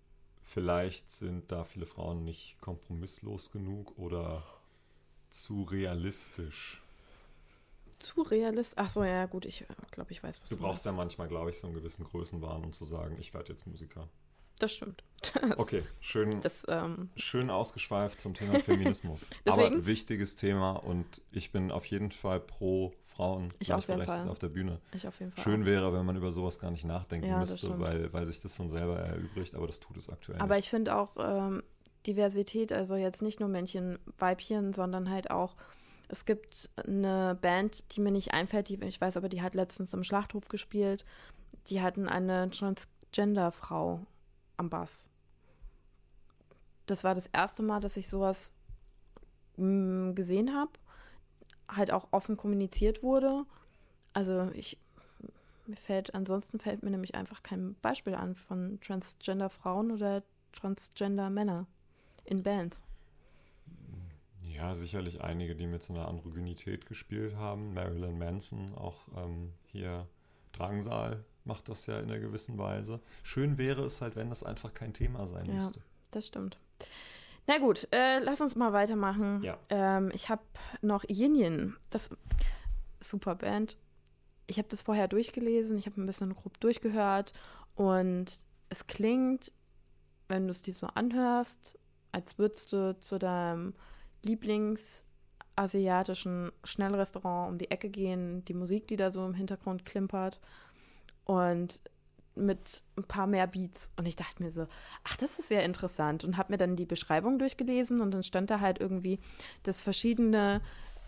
Vielleicht sind da viele Frauen nicht kompromisslos genug oder zu realistisch. Zu realistisch? Ach so, ja gut, ich glaube, ich weiß, was Du du brauchst meinst. ja manchmal, glaube ich, so einen gewissen Größenwahn, um zu sagen, ich werde jetzt Musiker. Das stimmt. Okay, schön, Das, ähm, schön ausgeschweift zum Thema Feminismus. Deswegen? Aber wichtiges Thema und ich bin auf jeden Fall pro Frauen Ich auf jeden Fall. auf der Bühne. ich auf jeden Fall. Schön wäre, wenn man über sowas gar nicht nachdenken Ja, das müsste, stimmt. weil, weil sich das von selber erübrigt, aber das tut es aktuell Aber nicht. ich finde auch ähm, Diversität, also jetzt nicht nur Männchen, Weibchen, sondern halt auch, es gibt eine Band, die mir nicht einfällt, die, ich weiß aber, die hat letztens im Schlachthof gespielt. Die hatten eine Transgender-Frau am Bass. Das war das erste Mal, dass ich sowas mh, gesehen habe. Halt auch offen kommuniziert wurde. Also ich, mir fällt, ansonsten fällt mir nämlich einfach kein Beispiel an von Transgender-Frauen oder Transgender-Männer in Bands. Ja, sicherlich einige, die mit so einer Androgynität gespielt haben. Marilyn Manson, auch ähm, hier Drangsal macht das ja in einer gewissen Weise. Schön wäre es halt, wenn das einfach kein Thema sein Ja. müsste. Das stimmt. Na gut, äh, lass uns mal weitermachen. Ja. Ähm, ich habe noch Yin Yin, das super Band. Ich habe das vorher durchgelesen, ich habe ein bisschen grob durchgehört und es klingt, wenn du es dir so anhörst, als würdest du zu deinem Lieblingsasiatischen Schnellrestaurant um die Ecke gehen, die Musik, die da so im Hintergrund klimpert und mit ein paar mehr Beats. Und ich dachte mir so, ach, das ist ja interessant. Und habe mir dann die Beschreibung durchgelesen und dann stand da halt irgendwie, dass verschiedene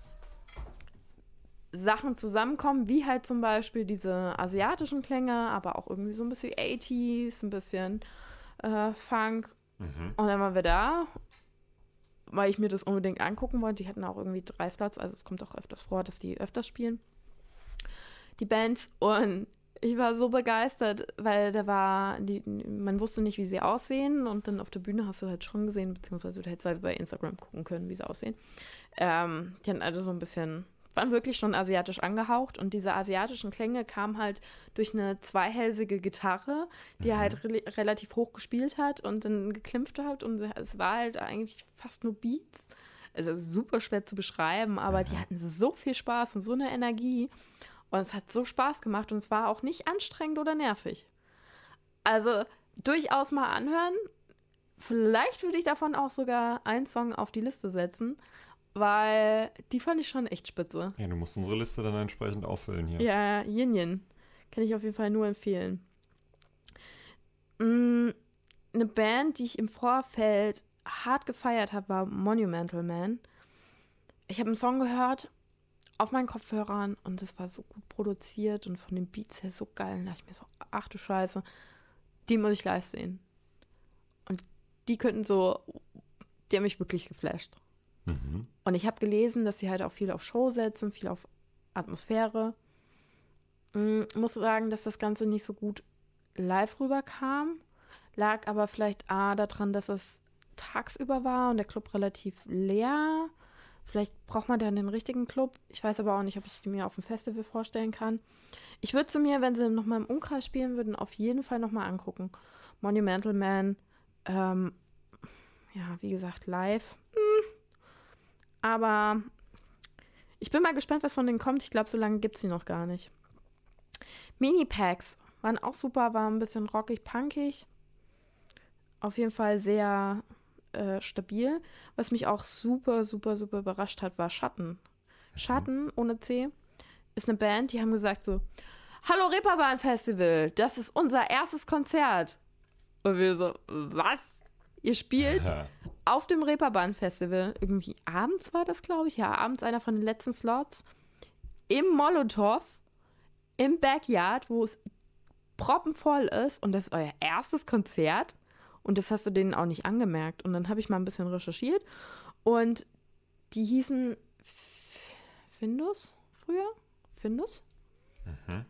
Sachen zusammenkommen, wie halt zum Beispiel diese asiatischen Klänge, aber auch irgendwie so ein bisschen achtziger, ein bisschen äh, Funk. Mhm. Und dann waren wir da, weil ich mir das unbedingt angucken wollte. Die hatten auch irgendwie drei Slots, also es kommt auch öfters vor, dass die öfters spielen. Die Bands. Und ich war so begeistert, weil da war, die, man wusste nicht, wie sie aussehen und dann auf der Bühne hast du halt schon gesehen, beziehungsweise du hättest halt bei Instagram gucken können, wie sie aussehen. Ähm, die hatten alle so ein bisschen, waren wirklich schon asiatisch angehaucht und diese asiatischen Klänge kamen halt durch eine zweihälsige Gitarre, die Mhm. halt re relativ hoch gespielt hat und dann geklimpft hat und es war halt eigentlich fast nur Beats. Also super schwer zu beschreiben, aber Mhm. die hatten so viel Spaß und so eine Energie. Und es hat so Spaß gemacht und es war auch nicht anstrengend oder nervig. Also durchaus mal anhören. Vielleicht würde ich davon auch sogar einen Song auf die Liste setzen, weil die fand ich schon echt spitze. Ja, du musst unsere Liste dann entsprechend auffüllen hier. Ja, Yin Yin. Kann ich auf jeden Fall nur empfehlen. Mm, eine Band, die ich im Vorfeld hart gefeiert habe, war Monumental Man. Ich habe einen Song gehört auf meinen Kopfhörern und es war so gut produziert und von den Beats her so geil. Und da dachte ich mir so, ach du Scheiße, die muss ich live sehen. Und die könnten so, die haben mich wirklich geflasht. Mhm. Und ich habe gelesen, dass sie halt auch viel auf Show setzen, viel auf Atmosphäre. Mm, muss sagen, dass das Ganze nicht so gut live rüberkam. Lag aber vielleicht A daran, dass es tagsüber war und der Club relativ leer. Vielleicht braucht man dann den richtigen Club. Ich weiß aber auch nicht, ob ich die mir auf dem Festival vorstellen kann. Ich würde sie mir, wenn sie nochmal im Umkreis spielen würden, auf jeden Fall nochmal angucken. Monumental Man, ähm, ja, wie gesagt, live. Hm. Aber ich bin mal gespannt, was von denen kommt. Ich glaube, so lange gibt es sie noch gar nicht. Mini-Packs waren auch super, waren ein bisschen rockig, punkig. Auf jeden Fall sehr äh, stabil. Was mich auch super, super, super überrascht hat, war Schatten. Schatten ohne C ist eine Band, die haben gesagt so, hallo Reeperbahn Festival, das ist unser erstes Konzert. Und wir so, was? Ihr spielt Ja. auf dem Reeperbahn Festival, irgendwie abends war das, glaube ich, ja, abends einer von den letzten Slots, im Molotow, im Backyard, wo es proppenvoll ist und das ist euer erstes Konzert und das hast du denen auch nicht angemerkt. Und dann habe ich mal ein bisschen recherchiert und die hießen F- Findus früher? Findus? Mhm.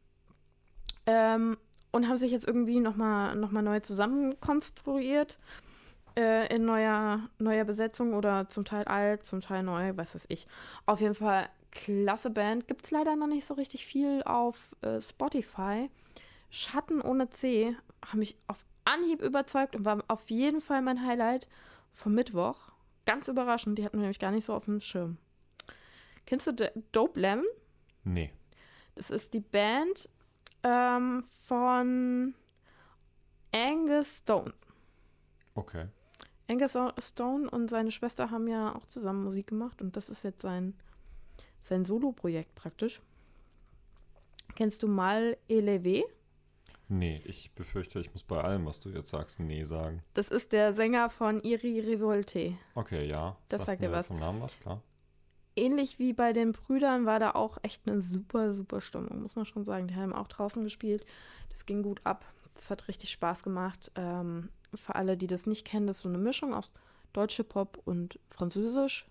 Ähm, und haben sich jetzt irgendwie nochmal noch mal neu zusammenkonstruiert äh, in neuer, neuer Besetzung oder zum Teil alt, zum Teil neu, was weiß ich. Auf jeden Fall klasse Band. Gibt es leider noch nicht so richtig viel auf äh, Spotify. Schatten ohne C haben mich auf Anhieb überzeugt und war auf jeden Fall mein Highlight vom Mittwoch. Ganz überraschend, die hatten wir nämlich gar nicht so auf dem Schirm. Kennst du D- Dope Lemon? Nee. Das ist die Band ähm, von Angus Stone. Okay. Angus Stone und seine Schwester haben ja auch zusammen Musik gemacht und das ist jetzt sein, sein Solo-Projekt praktisch. Kennst du Mal Elevé? Nee, ich befürchte, ich muss bei allem, was du jetzt sagst, nee sagen. Das ist der Sänger von Iri Revolte. Okay, ja. Das sagt dir was. Vom Namen was, klar. Ähnlich wie bei den Brüdern war da auch echt eine super, super Stimmung, muss man schon sagen. Die haben auch draußen gespielt. Das ging gut ab. Das hat richtig Spaß gemacht. Ähm, für alle, die das nicht kennen, das ist so eine Mischung aus deutsche Pop und Französisch.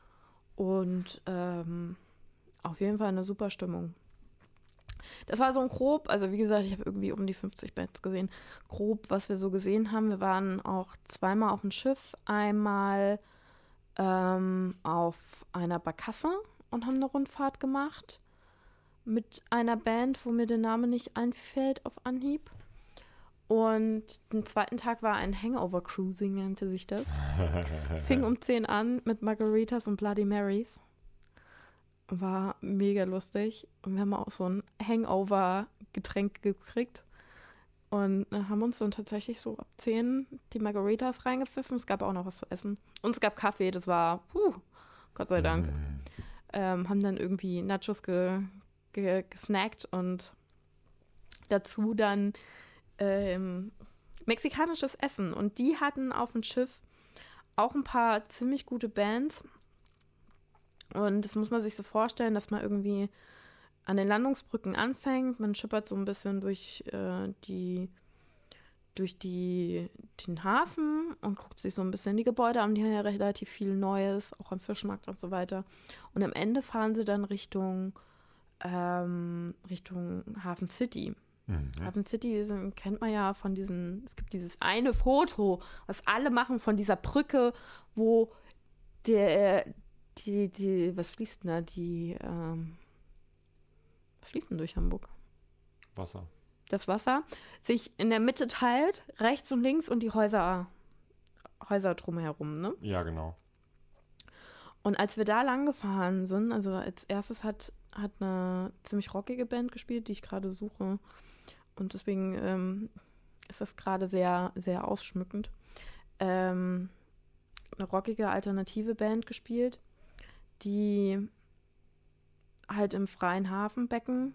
Und ähm, auf jeden Fall eine super Stimmung. Das war so ein grob, also wie gesagt, ich habe irgendwie um die fünfzig Bands gesehen. Grob, was wir so gesehen haben. Wir waren auch zweimal auf dem Schiff. Einmal ähm, auf einer Barkasse und haben eine Rundfahrt gemacht. Mit einer Band, wo mir der Name nicht einfällt auf Anhieb. Und den zweiten Tag war ein Hangover-Cruising, nannte sich das. Fing um zehn an mit Margaritas und Bloody Marys. War mega lustig. Und wir haben auch so ein Hangover-Getränk gekriegt. Und äh, haben uns dann tatsächlich so ab zehn die Margaritas reingepfiffen. Es gab auch noch was zu essen. Und es gab Kaffee, das war, puh, Gott sei Dank. Mm. Ähm, haben dann irgendwie Nachos ge, ge, gesnackt und dazu dann ähm, mexikanisches Essen. Und die hatten auf dem Schiff auch ein paar ziemlich gute Bands. Und das muss man sich so vorstellen, dass man irgendwie an den Landungsbrücken anfängt. Man schippert so ein bisschen durch, äh, die, durch die, den Hafen und guckt sich so ein bisschen die Gebäude an. Die haben ja relativ viel Neues, auch am Fischmarkt und so weiter. Und am Ende fahren sie dann Richtung, ähm, Richtung Hafen City. Mhm. Hafen City ist, kennt man ja von diesen, es gibt dieses eine Foto, was alle machen von dieser Brücke, wo der, die, die, was fließt denn da? Die, ähm, was fließt denn durch Hamburg? Wasser. Das Wasser sich in der Mitte teilt, rechts und links und die Häuser, Häuser drumherum, ne? Ja, genau. Und als wir da lang gefahren sind, also als erstes hat, hat eine ziemlich rockige Band gespielt, die ich gerade suche. Und deswegen ähm, ist das gerade sehr, sehr ausschmückend. Ähm, eine rockige alternative Band gespielt, die halt im freien Hafenbecken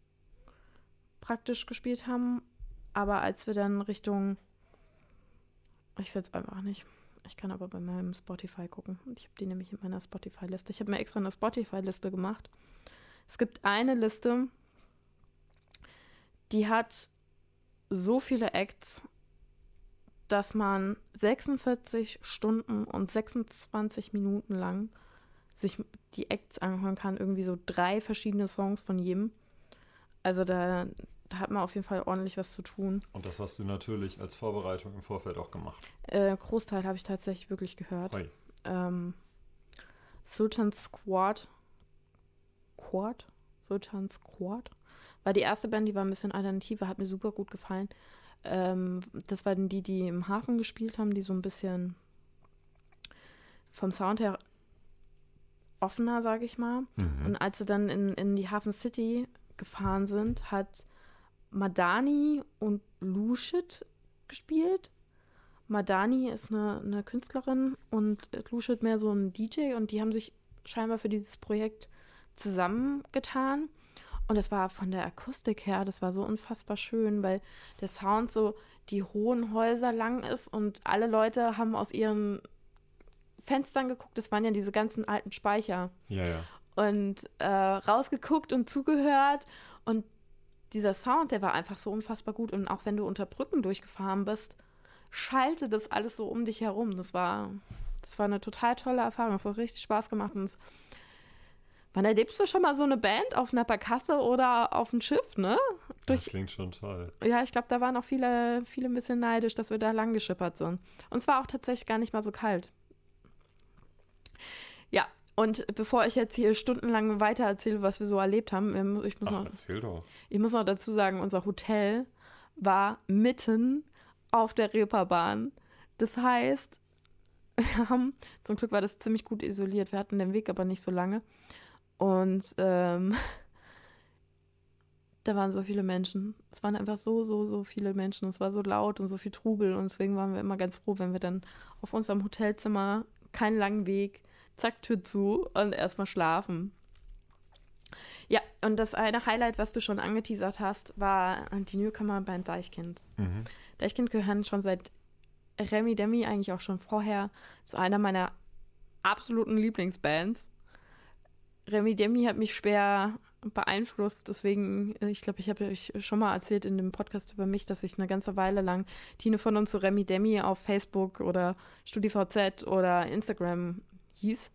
praktisch gespielt haben. Aber als wir dann Richtung, ich will es einfach nicht, ich kann aber bei meinem Spotify gucken. Ich habe die nämlich in meiner Spotify-Liste. Ich habe mir extra eine Spotify-Liste gemacht. Es gibt eine Liste, die hat so viele Acts, dass man sechsundvierzig Stunden und sechsundzwanzig Minuten lang sich die Acts anhören kann. Irgendwie so drei verschiedene Songs von jedem. Also da, da hat man auf jeden Fall ordentlich was zu tun. Und das hast du natürlich als Vorbereitung im Vorfeld auch gemacht. Äh, Großteil habe ich tatsächlich wirklich gehört. Hoi. Ähm, Sultan Squad. Quad? Sultan Squad? War die erste Band, die war ein bisschen alternativer, hat mir super gut gefallen. Ähm, das waren die, die im Hafen gespielt haben, die so ein bisschen vom Sound her offener, sage ich mal. Mhm. Und als sie dann in, in die Hafen City gefahren sind, hat Madani und Lushit gespielt. Madani ist eine, eine Künstlerin und Lushit mehr so ein D J und die haben sich scheinbar für dieses Projekt zusammengetan. Und es war von der Akustik her, das war so unfassbar schön, weil der Sound so die hohen Häuser lang ist und alle Leute haben aus ihren Fenstern geguckt. Das waren ja diese ganzen alten Speicher. Ja, ja. Und äh, rausgeguckt und zugehört. Und dieser Sound, der war einfach so unfassbar gut. Und auch wenn du unter Brücken durchgefahren bist, schallte das alles so um dich herum. Das war, das war eine total tolle Erfahrung. Es hat richtig Spaß gemacht. Und es, wann erlebst du schon mal so eine Band auf einer Barkasse oder auf einem Schiff, ne? Durch, Das klingt schon toll. ja, ich glaube, da waren auch viele, viele ein bisschen neidisch, dass wir da lang geschippert sind. Und es war auch tatsächlich gar nicht mal so kalt. Ja, und bevor ich jetzt hier stundenlang weiter erzähle, was wir so erlebt haben, ich muss, Ach, noch, erzähl doch. ich muss noch dazu sagen, unser Hotel war mitten auf der Reeperbahn. Das heißt, wir haben, zum Glück war das ziemlich gut isoliert, wir hatten den Weg aber nicht so lange. Und ähm, da waren so viele Menschen. Es waren einfach so, so, so viele Menschen. Es war so laut und so viel Trubel. Und deswegen waren wir immer ganz froh, wenn wir dann auf unserem Hotelzimmer, keinen langen Weg, zack, Tür zu und erstmal schlafen. Ja, und das eine Highlight, was du schon angeteasert hast, war die Newcomer-Band Deichkind. Mhm. Deichkind gehören schon seit Remi Demi, eigentlich auch schon vorher, zu einer meiner absoluten Lieblingsbands. Remi Demi hat mich schwer beeinflusst, deswegen, ich glaube, ich habe euch schon mal erzählt in dem Podcast über mich, dass ich eine ganze Weile lang Tine von uns zu Remi Demi auf Facebook oder StudiVZ oder Instagram hieß.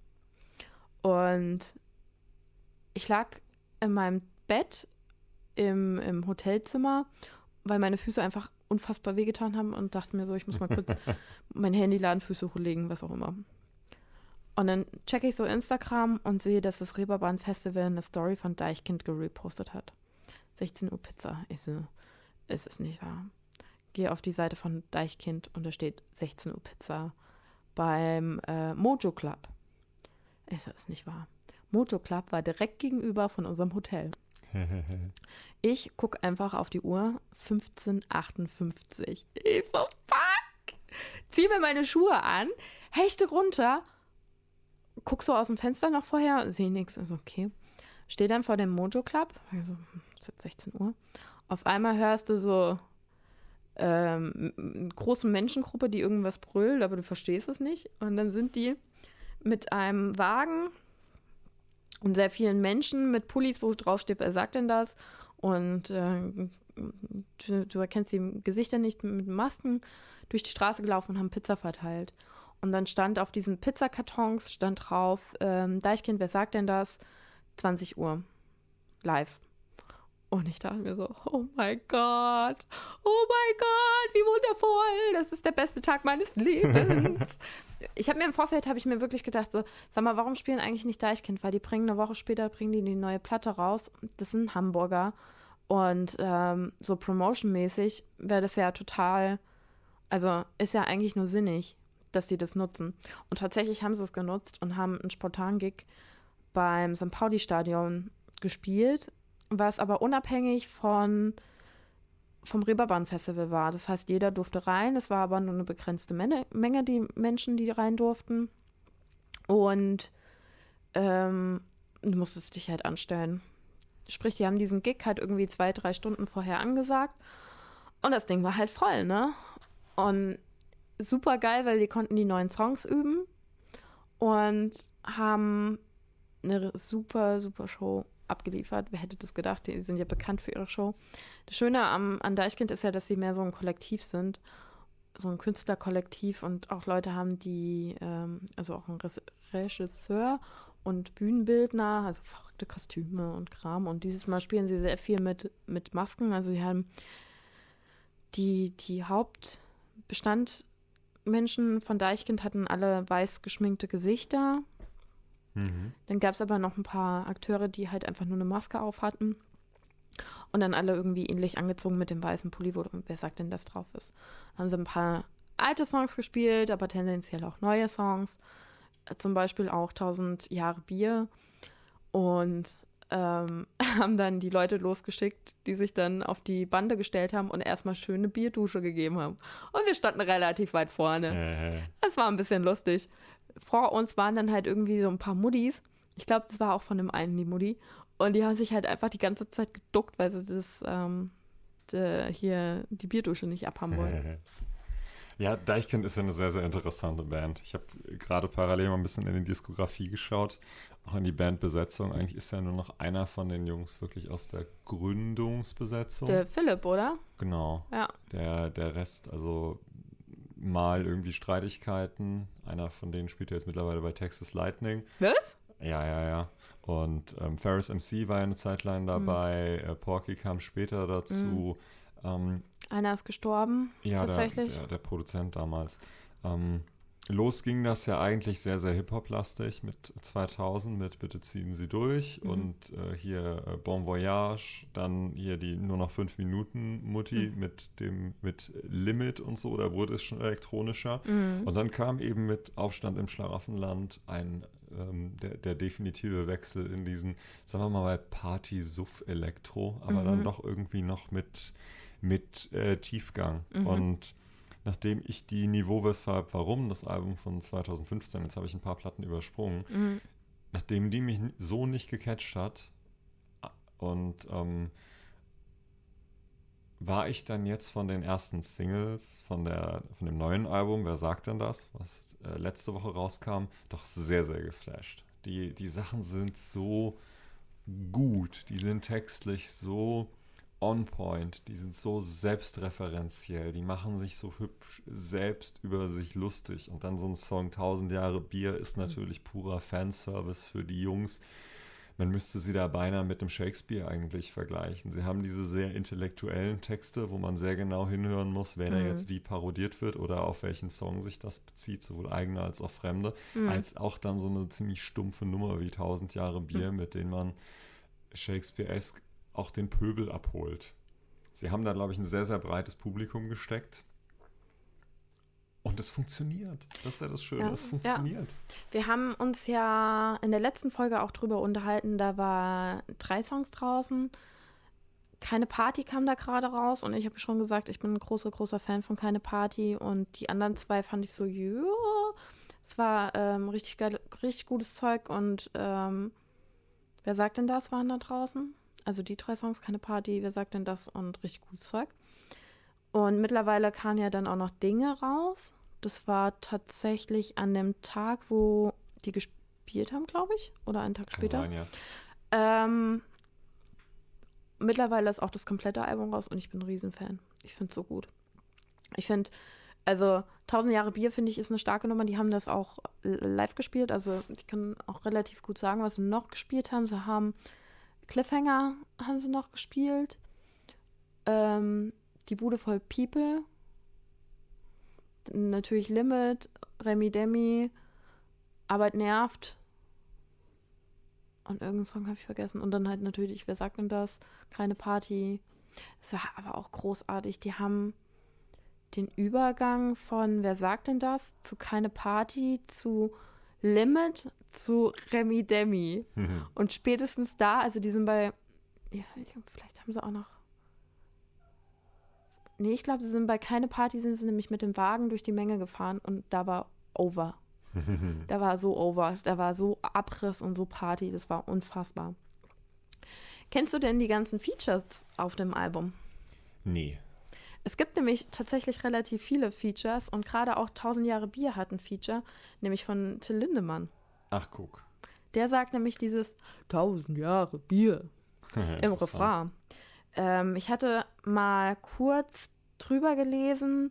Und ich lag in meinem Bett im, im Hotelzimmer, weil meine Füße einfach unfassbar wehgetan haben und dachte mir so, ich muss mal kurz mein Handy laden, Füße hochlegen, was auch immer. Und dann checke ich so Instagram und sehe, dass das Reeperbahn Festival eine Story von Deichkind gerepostet hat. sechzehn Uhr Pizza. Ich so, ist es nicht wahr? Gehe auf die Seite von Deichkind und da steht sechzehn Uhr Pizza beim äh, Mojo Club. Ich so, ist nicht wahr. Mojo Club war direkt gegenüber von unserem Hotel. Ich gucke einfach auf die Uhr, fünfzehn Uhr achtundfünfzig. Ich so, fuck! Zieh mir meine Schuhe an, hechte runter, guck so aus dem Fenster noch vorher, sehe nichts. Also okay. Stehe dann vor dem Mojo Club, also es ist jetzt sechzehn Uhr. Auf einmal hörst du so ähm, eine große Menschengruppe, die irgendwas brüllt, aber du verstehst es nicht. Und dann sind die mit einem Wagen und sehr vielen Menschen mit Pullis, wo drauf steht, wer sagt denn das? Und äh, du, du erkennst die Gesichter nicht, mit Masken durch die Straße gelaufen und haben Pizza verteilt. Und dann stand auf diesen Pizzakartons, stand drauf, ähm, Deichkind, wer sagt denn das? zwanzig Uhr. Live. Und ich dachte mir so, oh mein Gott, oh mein Gott, wie wundervoll, das ist der beste Tag meines Lebens. Ich habe mir im Vorfeld, habe ich mir wirklich gedacht, so, sag mal, warum spielen eigentlich nicht Deichkind? Weil die bringen eine Woche später, bringen die die neue Platte raus. Das sind Hamburger. Und ähm, so promotionmäßig wäre das ja total, also ist ja eigentlich nur sinnig, dass die das nutzen. Und tatsächlich haben sie es genutzt und haben einen Spontan-Gig beim Sankt Pauli-Stadion gespielt, was aber unabhängig von vom Reeperbahn-Festival war. Das heißt, jeder durfte rein. Es war aber nur eine begrenzte Menge, Menge die Menschen, die rein durften. Und ähm, du musstest dich halt anstellen. Sprich, die haben diesen Gig halt irgendwie zwei, drei Stunden vorher angesagt. Und das Ding war halt voll, ne? Und super geil, weil die konnten die neuen Songs üben und haben eine super, super Show abgeliefert. Wer hätte das gedacht? Die sind ja bekannt für ihre Show. Das Schöne am, an Deichkind ist ja, dass sie mehr so ein Kollektiv sind, so ein Künstlerkollektiv und auch Leute haben, die, ähm, also auch ein Regisseur und Bühnenbildner, also verrückte Kostüme und Kram. Und dieses Mal spielen sie sehr viel mit, mit Masken. Also sie haben die, die Hauptbestandmenschen von Deichkind hatten alle weiß geschminkte Gesichter. Mhm. Dann gab es aber noch ein paar Akteure, die halt einfach nur eine Maske auf hatten. Und dann alle irgendwie ähnlich angezogen mit dem weißen Pulli, wo wer sagt denn, das drauf ist. Dann haben sie ein paar alte Songs gespielt, aber tendenziell auch neue Songs. Zum Beispiel auch tausend Jahre Bier. Und ähm, haben dann die Leute losgeschickt, die sich dann auf die Bande gestellt haben und erstmal schöne Bierdusche gegeben haben. Und wir standen relativ weit vorne. Das war ein bisschen lustig. Vor uns waren dann halt irgendwie so ein paar Muddis. Ich glaube, das war auch von dem einen die Mutti. Und die haben sich halt einfach die ganze Zeit geduckt, weil sie das ähm, de, hier die Bierdusche nicht abhaben wollten. Ja, Deichkind ist ja eine sehr, sehr interessante Band. Ich habe gerade parallel mal ein bisschen in die Diskografie geschaut, auch in die Bandbesetzung. Eigentlich ist ja nur noch einer von den Jungs wirklich aus der Gründungsbesetzung. Der Philipp, oder? Genau. Ja. Der, der Rest, also mal irgendwie Streitigkeiten. Einer von denen spielt ja jetzt mittlerweile bei Texas Lightning. Was? Ja, ja, ja. Und ähm, Ferris M C war ja eine Zeit lang dabei. Mhm. Äh, Porky kam später dazu. Mhm. Ähm, Einer ist gestorben, ja, tatsächlich. Der, der, der Produzent damals. Ähm, los ging das ja eigentlich sehr, sehr Hip-Hop-lastig mit zweitausend, mit Bitte ziehen Sie durch Mhm. und äh, hier äh, Bon Voyage, dann hier die nur noch fünf Minuten Mutti Mhm. mit dem mit Limit und so, da wurde es schon elektronischer. Mhm. Und dann kam eben mit Aufstand im Schlaraffenland ein ähm, der, der definitive Wechsel in diesen, sagen wir mal, bei Party-Suff-Elektro, aber Mhm. dann doch irgendwie noch mit, mit äh, Tiefgang. Mhm. Und nachdem ich die Niveau Weshalb Warum, das Album von zweitausendfünfzehn, jetzt habe ich ein paar Platten übersprungen, Mhm. nachdem die mich so nicht gecatcht hat und ähm, war ich dann jetzt von den ersten Singles von, der, von dem neuen Album, wer sagt denn das, was äh, letzte Woche rauskam, doch sehr, sehr geflasht. Die, die Sachen sind so gut, die sind textlich so on point, die sind so selbstreferenziell, die machen sich so hübsch selbst über sich lustig. Und dann so ein Song tausend Jahre Bier ist natürlich purer Fanservice für die Jungs. Man müsste sie da beinahe mit dem Shakespeare eigentlich vergleichen. Sie haben diese sehr intellektuellen Texte, wo man sehr genau hinhören muss, wer da Mhm. jetzt wie parodiert wird oder auf welchen Song sich das bezieht, sowohl eigene als auch fremde, Mhm. als auch dann so eine ziemlich stumpfe Nummer wie tausend Jahre Bier, mit denen man Shakespeare-esk auch den Pöbel abholt. Sie haben da, glaube ich, ein sehr, sehr breites Publikum gesteckt. Und es funktioniert. Das ist ja das Schöne, Ja, es funktioniert. Wir haben uns ja in der letzten Folge auch drüber unterhalten, da war drei Songs draußen. Keine Party kam da gerade raus und ich habe schon gesagt, ich bin ein großer, großer Fan von Keine Party und die anderen zwei fand ich so, ja, es war ähm, richtig geil, richtig gutes Zeug und ähm, wer sagt denn das, waren da draußen? Also die drei Songs, Keine Party, wer sagt denn das und richtig gutes Zeug. Und mittlerweile kamen ja dann auch noch Dinge raus. Das war tatsächlich an dem Tag, wo die gespielt haben, glaube ich. Oder einen Tag Kann später. sein, ja. Ähm, mittlerweile ist auch das komplette Album raus und ich bin ein Riesenfan. Ich finde es so gut. Ich finde, also tausend Jahre Bier, finde ich, ist eine starke Nummer. Die haben das auch live gespielt. Also ich kann auch relativ gut sagen, was sie noch gespielt haben. Sie haben Cliffhanger haben sie noch gespielt. Ähm, die Bude voll People. Natürlich Limit, Remi Demi, Arbeit nervt. Und irgendeinen Song habe ich vergessen. Und dann halt natürlich, wer sagt denn das? Keine Party. Es war aber auch großartig. Die haben den Übergang von wer sagt denn das? Zu Keine Party, zu Limit, zu Remi Demi. Und spätestens da, also die sind bei, ja, ich glaub, vielleicht haben sie auch noch Nee, ich glaube, sie sind bei Keine Party, sind sie nämlich mit dem Wagen durch die Menge gefahren und da war over. Da war so over, da war so Abriss und so Party, das war unfassbar. Kennst du denn die ganzen Features auf dem Album? Nee. Es gibt nämlich tatsächlich relativ viele Features und gerade auch tausend Jahre Bier hat ein Feature, nämlich von Till Lindemann. Ach, guck. Der sagt nämlich dieses tausend Jahre Bier im Refrain. Ähm, ich hatte mal kurz drüber gelesen,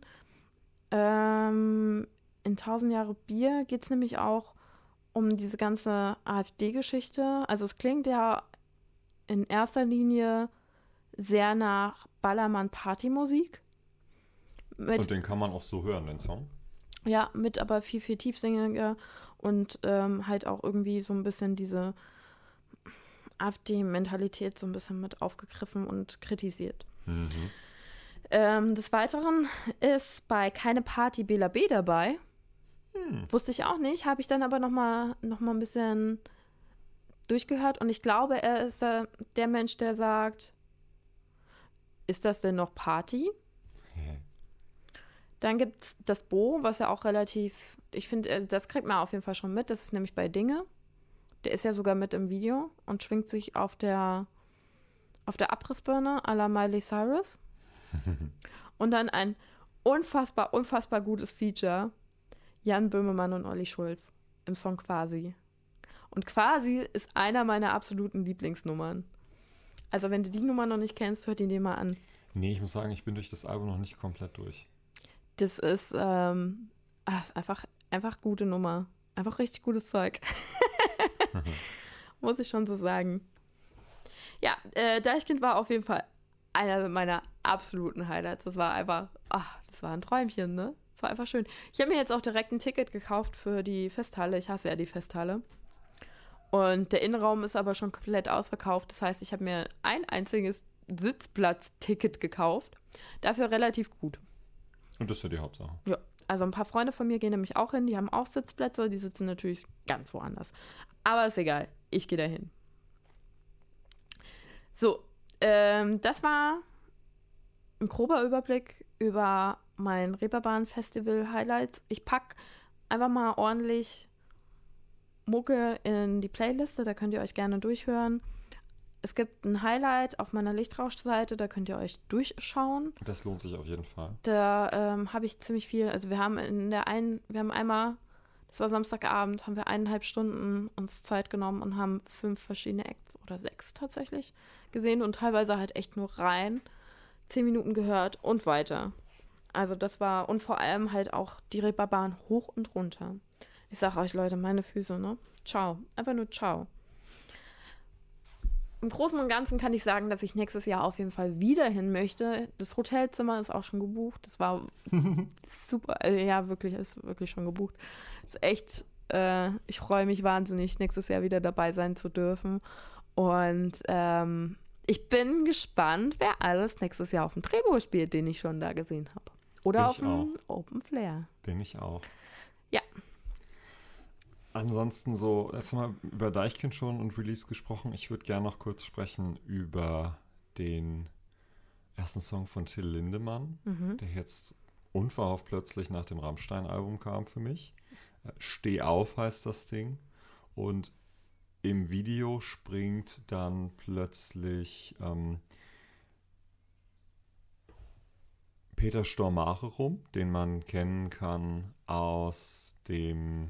ähm, in tausend Jahre Bier geht es nämlich auch um diese ganze AfD-Geschichte. Also es klingt ja in erster Linie sehr nach Ballermann-Partymusik. Und den kann man auch so hören, den Song? Ja, mit aber viel, viel tiefsinniger und ähm, halt auch irgendwie so ein bisschen diese AfD-Mentalität so ein bisschen mit aufgegriffen und kritisiert. Mhm. Ähm, des Weiteren ist bei Keine Party Bela B dabei. Hm. Wusste ich auch nicht, habe ich dann aber nochmal noch mal ein bisschen durchgehört und ich glaube, er ist äh, der Mensch, der sagt, ist das denn noch Party? Ja. Dann gibt es das Bo, was ja auch relativ, ich finde, das kriegt man auf jeden Fall schon mit, das ist nämlich bei Dinge. Der ist ja sogar mit im Video und schwingt sich auf der, auf der Abrissbirne à la Miley Cyrus. Und dann ein unfassbar, unfassbar gutes Feature. Jan Böhmermann und Olli Schulz im Song Quasi. Und Quasi ist einer meiner absoluten Lieblingsnummern. Also wenn du die Nummer noch nicht kennst, hört ihn dir mal an. Nee, ich muss sagen, ich bin durch das Album noch nicht komplett durch. Das ist, ähm, ah, ist einfach, einfach gute Nummer. Einfach richtig gutes Zeug. Muss ich schon so sagen. Ja, äh, Deichkind war auf jeden Fall einer meiner absoluten Highlights. Das war einfach, ach, das war ein Träumchen, ne? Es war einfach schön. Ich habe mir jetzt auch direkt ein Ticket gekauft für die Festhalle. Ich hasse ja die Festhalle. Und der Innenraum ist aber schon komplett ausverkauft. Das heißt, ich habe mir ein einziges Sitzplatz-Ticket gekauft. Dafür relativ gut. Und das ist ja die Hauptsache. Ja, also ein paar Freunde von mir gehen nämlich auch hin. Die haben auch Sitzplätze. Die sitzen natürlich ganz woanders. Aber ist egal. Ich gehe da hin. So, ähm, das war ein grober Überblick über mein Reeperbahn-Festival-Highlights. Ich packe einfach mal ordentlich Mucke in die Playliste, da könnt ihr euch gerne durchhören. Es gibt ein Highlight auf meiner Lichtrausch-Seite, da könnt ihr euch durchschauen. Das lohnt sich auf jeden Fall. Da ähm, habe ich ziemlich viel, also wir haben in der einen, wir haben einmal, das war Samstagabend, haben wir eineinhalb Stunden uns Zeit genommen und haben fünf verschiedene Acts oder sechs tatsächlich gesehen und teilweise halt echt nur rein, zehn Minuten gehört und weiter. Also das war, und vor allem halt auch die Reeperbahn hoch und runter. Ich sag euch, Leute, meine Füße, ne? Ciao. Einfach nur ciao. Im Großen und Ganzen kann ich sagen, dass ich nächstes Jahr auf jeden Fall wieder hin möchte. Das Hotelzimmer ist auch schon gebucht. Das war super. Also, ja, wirklich, ist wirklich schon gebucht. Ist echt, äh, ich freue mich wahnsinnig, nächstes Jahr wieder dabei sein zu dürfen. Und ähm, ich bin gespannt, wer alles nächstes Jahr auf dem Drehbuch spielt, den ich schon da gesehen habe. Oder Bin auf dem Open Flair. Bin ich auch. Ja. Ansonsten so, jetzt haben wir über Deichkind schon und Release gesprochen. Ich würde gerne noch kurz sprechen über den ersten Song von Till Lindemann, Mhm. der jetzt unverhofft plötzlich nach dem Rammstein-Album kam für mich. Steh auf heißt das Ding. Und im Video springt dann plötzlich ähm, Peter Stormare rum, den man kennen kann aus dem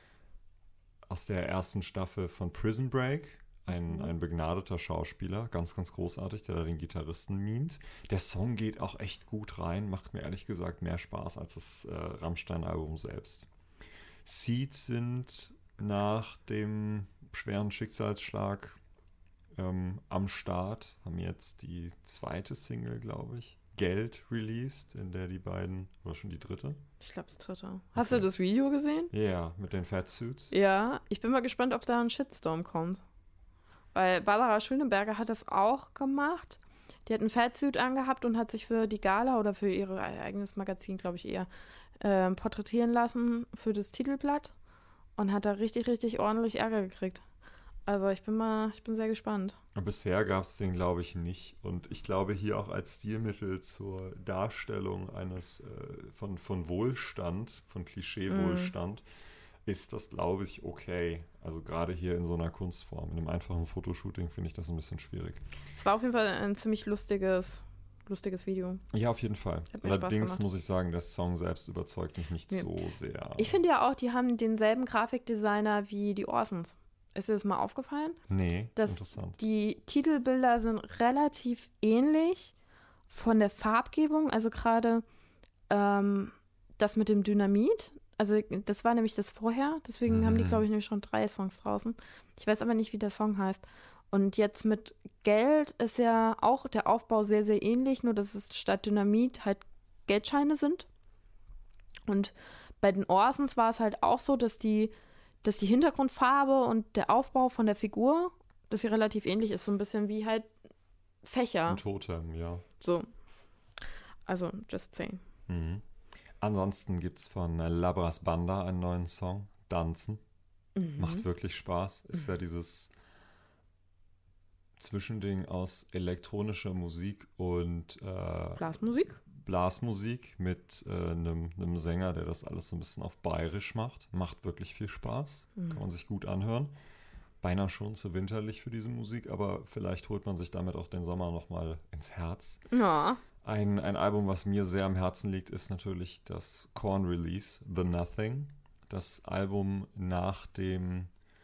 aus der ersten Staffel von Prison Break. Ein, ein begnadeter Schauspieler, ganz, ganz großartig, der da den Gitarristen mimt. Der Song geht auch echt gut rein, macht mir ehrlich gesagt mehr Spaß als das äh, Rammstein-Album selbst. Seeds sind nach dem schweren Schicksalsschlag ähm, am Start, haben jetzt die zweite Single, glaube ich, Geld released, in der die beiden, oder schon die dritte? Ich glaube, das dritte. Hast Okay. du das Video gesehen? Ja, yeah, mit den Fatsuits. Ja, ich bin mal gespannt, ob da ein Shitstorm kommt. Weil Barbara Schöneberger hat das auch gemacht. Die hat einen Fatsuit angehabt und hat sich für die Gala oder für ihr eigenes Magazin, glaube ich eher, äh, porträtieren lassen für das Titelblatt und hat da richtig, richtig ordentlich Ärger gekriegt. Also ich bin mal, ich bin sehr gespannt. Und bisher gab es den, glaube ich, nicht. Und ich glaube, hier auch als Stilmittel zur Darstellung eines äh, von, von Wohlstand, von Klischee-Wohlstand, mm. ist das, glaube ich, okay. Also gerade hier in so einer Kunstform. In einem einfachen Fotoshooting finde ich das ein bisschen schwierig. Es war auf jeden Fall ein ziemlich lustiges, lustiges Video. Ja, auf jeden Fall. Hat mir Spaß Allerdings gemacht. muss ich sagen, der Song selbst überzeugt mich nicht Nee. so sehr. Ich finde ja auch, die haben denselben Grafikdesigner wie die Orsons. Ist dir das mal aufgefallen? Nee, Das, interessant. Die Titelbilder sind relativ ähnlich von der Farbgebung. Also gerade ähm, das mit dem Dynamit. Also das war nämlich das vorher. Deswegen Mhm. haben die, glaube ich, nämlich schon drei Songs draußen. Ich weiß aber nicht, wie der Song heißt. Und jetzt mit Geld ist ja auch der Aufbau sehr, sehr ähnlich. Nur, dass es statt Dynamit halt Geldscheine sind. Und bei den Orsons war es halt auch so, dass die dass die Hintergrundfarbe und der Aufbau von der Figur, dass sie relativ ähnlich ist, so ein bisschen wie halt Fächer. Ein Totem, ja. So. Also, just saying. Mhm. Ansonsten gibt es von Labras Banda einen neuen Song, Danzen. Mhm. Macht wirklich Spaß. Ist ja dieses Zwischending aus elektronischer Musik und äh, Blasmusik? Blasmusik mit äh, einem, einem Sänger, der das alles so ein bisschen auf bayerisch macht. Macht wirklich viel Spaß. Mhm. Kann man sich gut anhören. Beinahe schon zu winterlich für diese Musik, aber vielleicht holt man sich damit auch den Sommer nochmal ins Herz. Ja. Ein, ein Album, was mir sehr am Herzen liegt, ist natürlich das Korn-Release, The Nothing. Das Album nach dem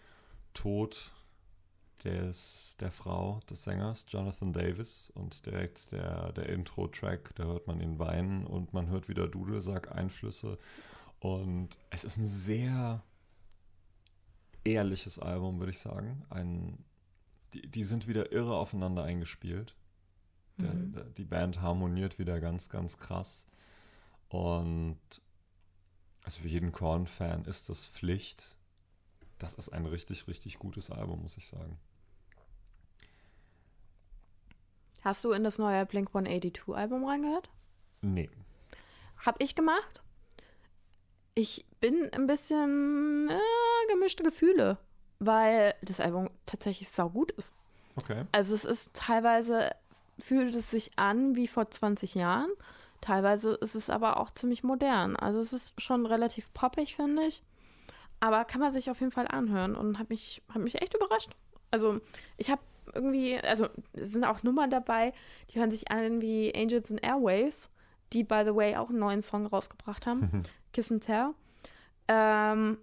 Tod des, der Frau des Sängers, Jonathan Davis. Und direkt der, der Intro-Track, da hört man ihn weinen und man hört wieder Dudelsack-Einflüsse. Und es ist ein sehr ehrliches Album, würde ich sagen. Ein, die, die sind wieder irre aufeinander eingespielt. Der, Mhm. der, die Band harmoniert wieder ganz, ganz krass. Und Also für jeden Korn-Fan ist das Pflicht. Das ist ein richtig, richtig gutes Album, muss ich sagen. Hast du in das neue Blink hundertzweiundachtzig Album reingehört? Nee. Hab ich gemacht. Ich bin ein bisschen äh, gemischte Gefühle, weil das Album tatsächlich saugut ist. Okay. Also es ist teilweise, fühlt es sich an wie vor zwanzig Jahren. Teilweise ist es aber auch ziemlich modern. Also es ist schon relativ poppig, finde ich. Aber kann man sich auf jeden Fall anhören und hat mich, hat mich echt überrascht. Also ich habe irgendwie, also es sind auch Nummern dabei, die hören sich an wie Angels and Airwaves, die, by the way, auch einen neuen Song rausgebracht haben. Kiss and Tell. Ähm,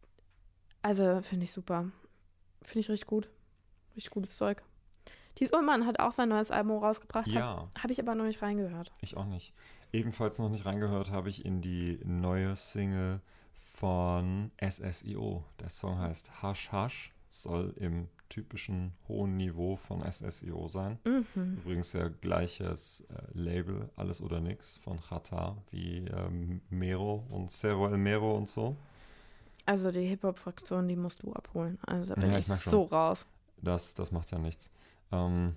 also finde ich super. Finde ich richtig gut. Richtig gutes Zeug. Thies Ullmann hat auch sein neues Album rausgebracht. Ja. Habe hab ich aber noch nicht reingehört. Ich auch nicht. Ebenfalls noch nicht reingehört habe ich in die neue Single von S S I O. Der Song heißt Hush Hush. Soll im typischen hohen Niveau von S S I O sein. Mhm. Übrigens ja gleiches äh, Label, Alles oder Nix, von Chata, wie ähm, Mero und Cero El Mero und so. Also die Hip-Hop-Fraktion, die musst du abholen. Also da bin Ja, ich, ich merk schon. so raus. Das, das macht ja nichts. Ähm,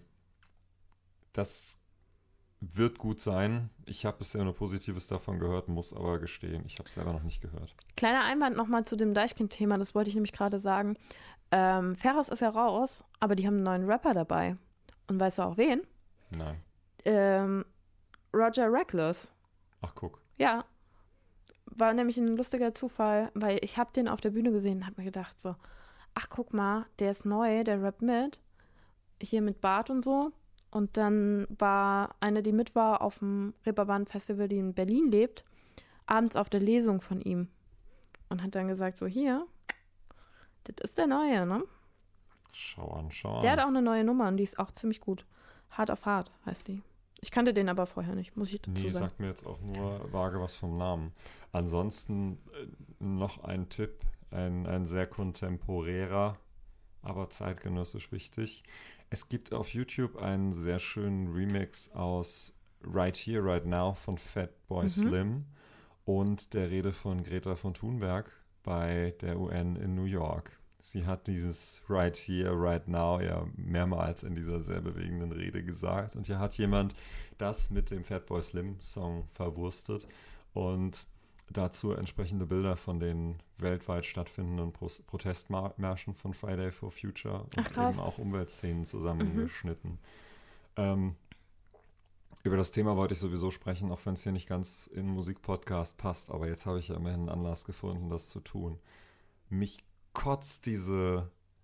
das wird gut sein. Ich habe bisher nur Positives davon gehört, muss aber gestehen, ich habe es selber noch nicht gehört. Kleiner Einwand nochmal zu dem Deichkind-Thema, das wollte ich nämlich gerade sagen. Ähm, Ferris ist ja raus, aber die haben einen neuen Rapper dabei. Und weißt du auch wen? Nein. Ähm, Roger Reckless. Ach, guck. Ja. War nämlich ein lustiger Zufall, weil ich habe den auf der Bühne gesehen und habe mir gedacht so, ach guck mal, der ist neu, der rappt mit. Hier mit Bart und so. Und dann war eine, die mit war auf dem Reeperbahn-Festival, die in Berlin lebt, abends auf der Lesung von ihm. Und hat dann gesagt, so hier, das ist der Neue, ne? Schau an, schau an. Der hat auch eine neue Nummer und die ist auch ziemlich gut. Hard auf Hard heißt die. Ich kannte den aber vorher nicht, muss ich dazu Nee, sagen. sagt mir jetzt auch nur vage was vom Namen. Ansonsten äh, noch ein Tipp, ein, ein sehr kontemporärer, aber zeitgenössisch wichtig. Es gibt auf YouTube einen sehr schönen Remix aus Right Here, Right Now von Fatboy Mhm. Slim und der Rede von Greta von Thunberg bei der U N in New York. Sie hat dieses Right Here, Right Now ja mehrmals in dieser sehr bewegenden Rede gesagt. Und hier hat jemand das mit dem Fatboy Slim Song verwurstet und dazu entsprechende Bilder von den weltweit stattfindenden Pro- Protestmärschen von Friday for Future und Ach, krass. eben auch Umweltszenen zusammengeschnitten. Mhm. Ähm, über das Thema wollte ich sowieso sprechen, auch wenn es hier nicht ganz in den Musikpodcast passt, aber jetzt habe ich ja immerhin einen Anlass gefunden, das zu tun. Mich kotzt diese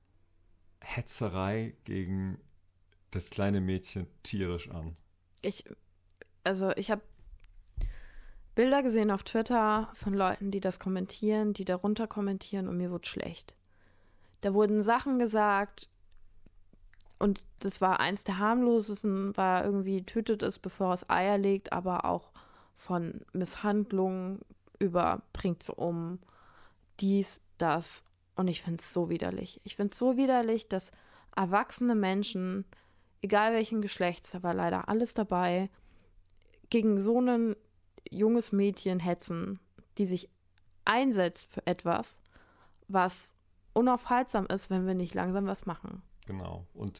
Hetzerei gegen das kleine Mädchen tierisch an. Ich, also ich habe Bilder gesehen auf Twitter von Leuten, die das kommentieren, die darunter kommentieren und mir wurde schlecht. Da wurden Sachen gesagt und das war eins der harmlosesten, war irgendwie tötet es, bevor es Eier legt, aber auch von Misshandlungen über bringt es um, dies, das. Und ich finde es so widerlich. Ich finde es so widerlich, dass erwachsene Menschen, egal welchen Geschlechts, da war leider alles dabei, gegen so ein junges Mädchen hetzen, die sich einsetzt für etwas, was unaufhaltsam ist, wenn wir nicht langsam was machen. Genau. Und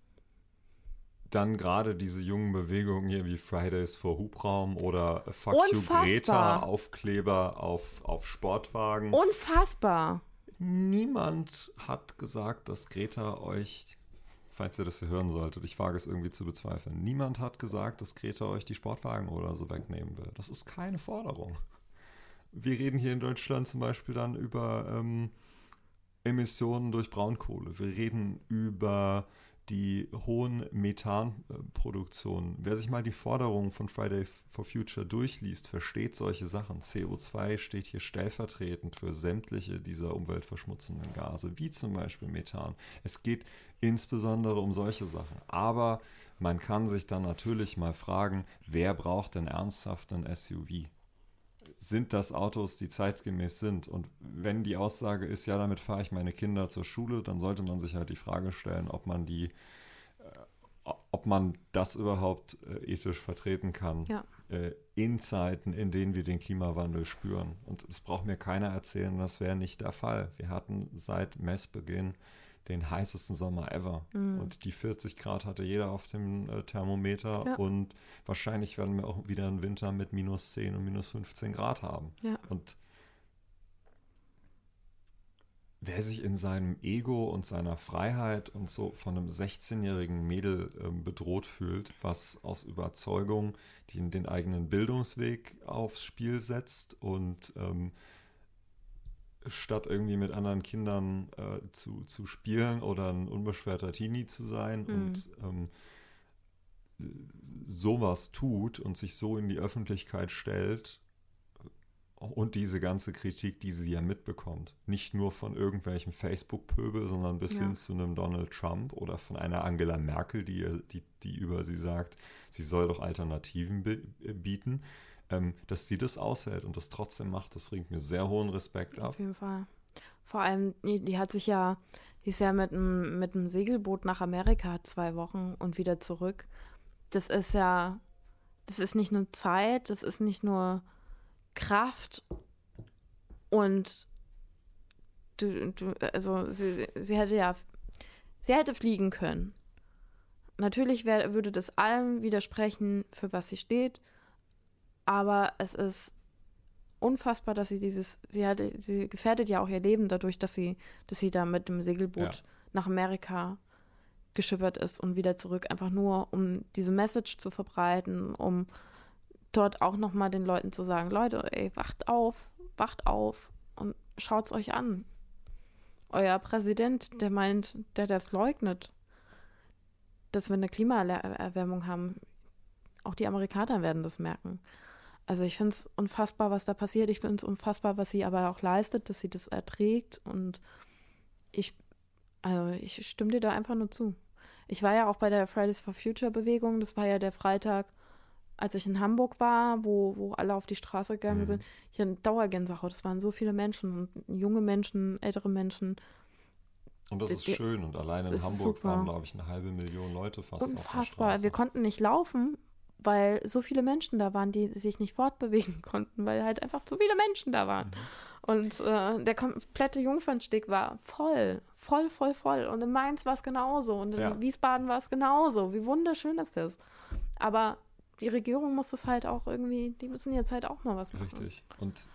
dann gerade diese jungen Bewegungen hier wie Fridays for Hubraum oder Fuck Unfassbar. You Greta, Aufkleber auf, auf Sportwagen. Unfassbar. Niemand hat gesagt, dass Greta euch, falls ihr das hier hören solltet, ich wage es irgendwie zu bezweifeln, niemand hat gesagt, dass Greta euch die Sportwagen oder so wegnehmen will. Das ist keine Forderung. Wir reden hier in Deutschland zum Beispiel dann über ähm, Emissionen durch Braunkohle. Wir reden über die hohen Methanproduktionen. Wer sich mal die Forderungen von Friday for Future durchliest, versteht solche Sachen. C O zwei steht hier stellvertretend für sämtliche dieser umweltverschmutzenden Gase, wie zum Beispiel Methan. Es geht insbesondere um solche Sachen. Aber man kann sich dann natürlich mal fragen, wer braucht denn ernsthaft ein S U V? Sind das Autos, die zeitgemäß sind? Und wenn die Aussage ist, ja, damit fahre ich meine Kinder zur Schule, dann sollte man sich halt die Frage stellen, ob man die, äh, ob man das überhaupt äh, ethisch vertreten kann, Ja. äh, in Zeiten, in denen wir den Klimawandel spüren. Und es braucht mir keiner erzählen, das wäre nicht der Fall. Wir hatten seit Messbeginn den heißesten Sommer ever. Mhm. Und die vierzig Grad hatte jeder auf dem äh, Thermometer. Ja. Und wahrscheinlich werden wir auch wieder einen Winter mit minus zehn und minus fünfzehn Grad haben. Ja. Und wer sich in seinem Ego und seiner Freiheit und so von einem sechzehnjährigen Mädel ähm, bedroht fühlt, was aus Überzeugung die den eigenen Bildungsweg aufs Spiel setzt und ähm, statt irgendwie mit anderen Kindern äh, zu, zu spielen oder ein unbeschwerter Teenie zu sein Mhm. und ähm, sowas tut und sich so in die Öffentlichkeit stellt und diese ganze Kritik, die sie ja mitbekommt, nicht nur von irgendwelchen Facebook-Pöbel, sondern bis Ja. hin zu einem Donald Trump oder von einer Angela Merkel, die, die, die über sie sagt, sie soll doch Alternativen be- bieten, ähm, dass sie das aushält und das trotzdem macht, das ringt mir sehr hohen Respekt ab. Auf jeden Fall. Vor allem, die, die hat sich ja, die ist ja mit einem mit einem Segelboot nach Amerika zwei Wochen und wieder zurück. Das ist ja, das ist nicht nur Zeit, das ist nicht nur Kraft und du, du, also sie, sie hätte ja, sie hätte fliegen können. Natürlich wär, würde das allem widersprechen, für was sie steht, aber es ist unfassbar, dass sie dieses, sie hat, sie gefährdet ja auch ihr Leben dadurch, dass sie, dass sie da mit dem Segelboot Ja. nach Amerika geschippert ist und wieder zurück, einfach nur, um diese Message zu verbreiten, um dort auch nochmal den Leuten zu sagen, Leute, ey, wacht auf, wacht auf und schaut's euch an. Euer Präsident, der meint, der das leugnet, dass wir eine Klimaerwärmung haben, auch die Amerikaner werden das merken. Also ich finde es unfassbar, was da passiert. Ich finde es unfassbar, was sie aber auch leistet, dass sie das erträgt. Und ich, also ich stimme dir da einfach nur zu. Ich war ja auch bei der Fridays for Future Bewegung. Das war ja der Freitag, als ich in Hamburg war, wo, wo alle auf die Straße gegangen Mhm. sind. Ich hatte Dauergänsehaut. Das waren so viele Menschen, und junge Menschen, ältere Menschen. Und das Die- ist die- schön. Und allein in das ist Hamburg super. waren, glaube ich, eine halbe Million Leute fast auf der Unfassbar. Straße. Wir konnten nicht laufen, weil so viele Menschen da waren, die sich nicht fortbewegen konnten, weil halt einfach zu viele Menschen da waren. Mhm. Und äh, der komplette Jungfernsteg war voll, voll, voll, voll. Und in Mainz war es genauso. Und in Ja. Wiesbaden war es genauso. Wie wunderschön ist das. Aber die Regierung muss das halt auch irgendwie, die müssen jetzt halt auch mal was machen. Richtig. Und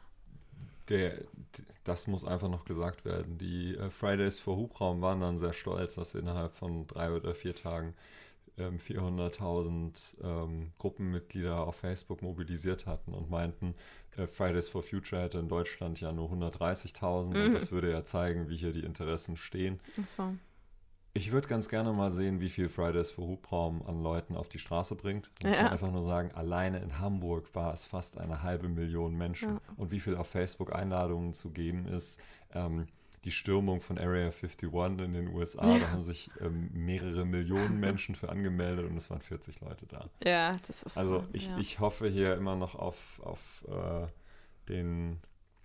der, das muss einfach noch gesagt werden. Die äh, Fridays for Hubraum waren dann sehr stolz, dass sie innerhalb von drei oder vier Tagen ähm, vierhunderttausend ähm, Gruppenmitglieder auf Facebook mobilisiert hatten und meinten, äh, Fridays for Future hätte in Deutschland ja nur hundertdreißigtausend Mhm. und das würde ja zeigen, wie hier die Interessen stehen. Ach so. Ich würde ganz gerne mal sehen, wie viel Fridays for Hubraum an Leuten auf die Straße bringt. Muss Ja. man einfach nur sagen, alleine in Hamburg war es fast eine halbe Million Menschen. Ja. Und wie viel auf Facebook Einladungen zu geben ist. Ähm, die Stürmung von Area einundfünfzig in den U S A, Ja. da haben sich ähm, mehrere Millionen Menschen für angemeldet und es waren vierzig Leute da. Ja, das ist Also so, ich, ja. ich hoffe hier immer noch auf, auf äh, den,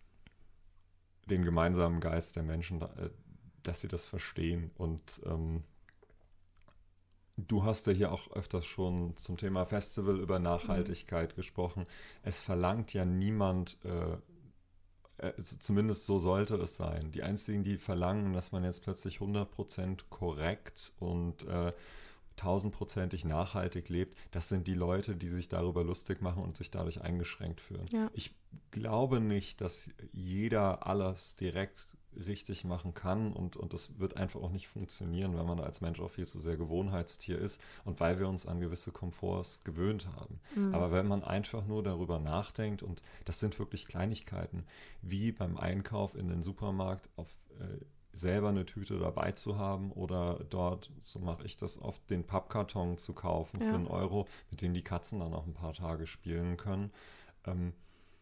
den gemeinsamen Geist der Menschen, da, äh, dass sie das verstehen. Und ähm, du hast ja hier auch öfters schon zum Thema Festival über Nachhaltigkeit mhm. gesprochen. Es verlangt ja niemand, äh, äh, zumindest so sollte es sein. Die einzigen, die verlangen, dass man jetzt plötzlich hundert Prozent korrekt und äh, tausendprozentig nachhaltig lebt, das sind die Leute, die sich darüber lustig machen und sich dadurch eingeschränkt fühlen. Ja. Ich glaube nicht, dass jeder alles direkt richtig machen kann und, und das wird einfach auch nicht funktionieren, weil man als Mensch auch viel zu sehr Gewohnheitstier ist und weil wir uns an gewisse Komforts gewöhnt haben. Mhm. Aber wenn man einfach nur darüber nachdenkt und das sind wirklich Kleinigkeiten, wie beim Einkauf in den Supermarkt auf äh, selber eine Tüte dabei zu haben oder dort, so mache ich das oft, den Pappkarton zu kaufen Ja. für einen Euro, mit dem die Katzen dann auch ein paar Tage spielen können. Ähm,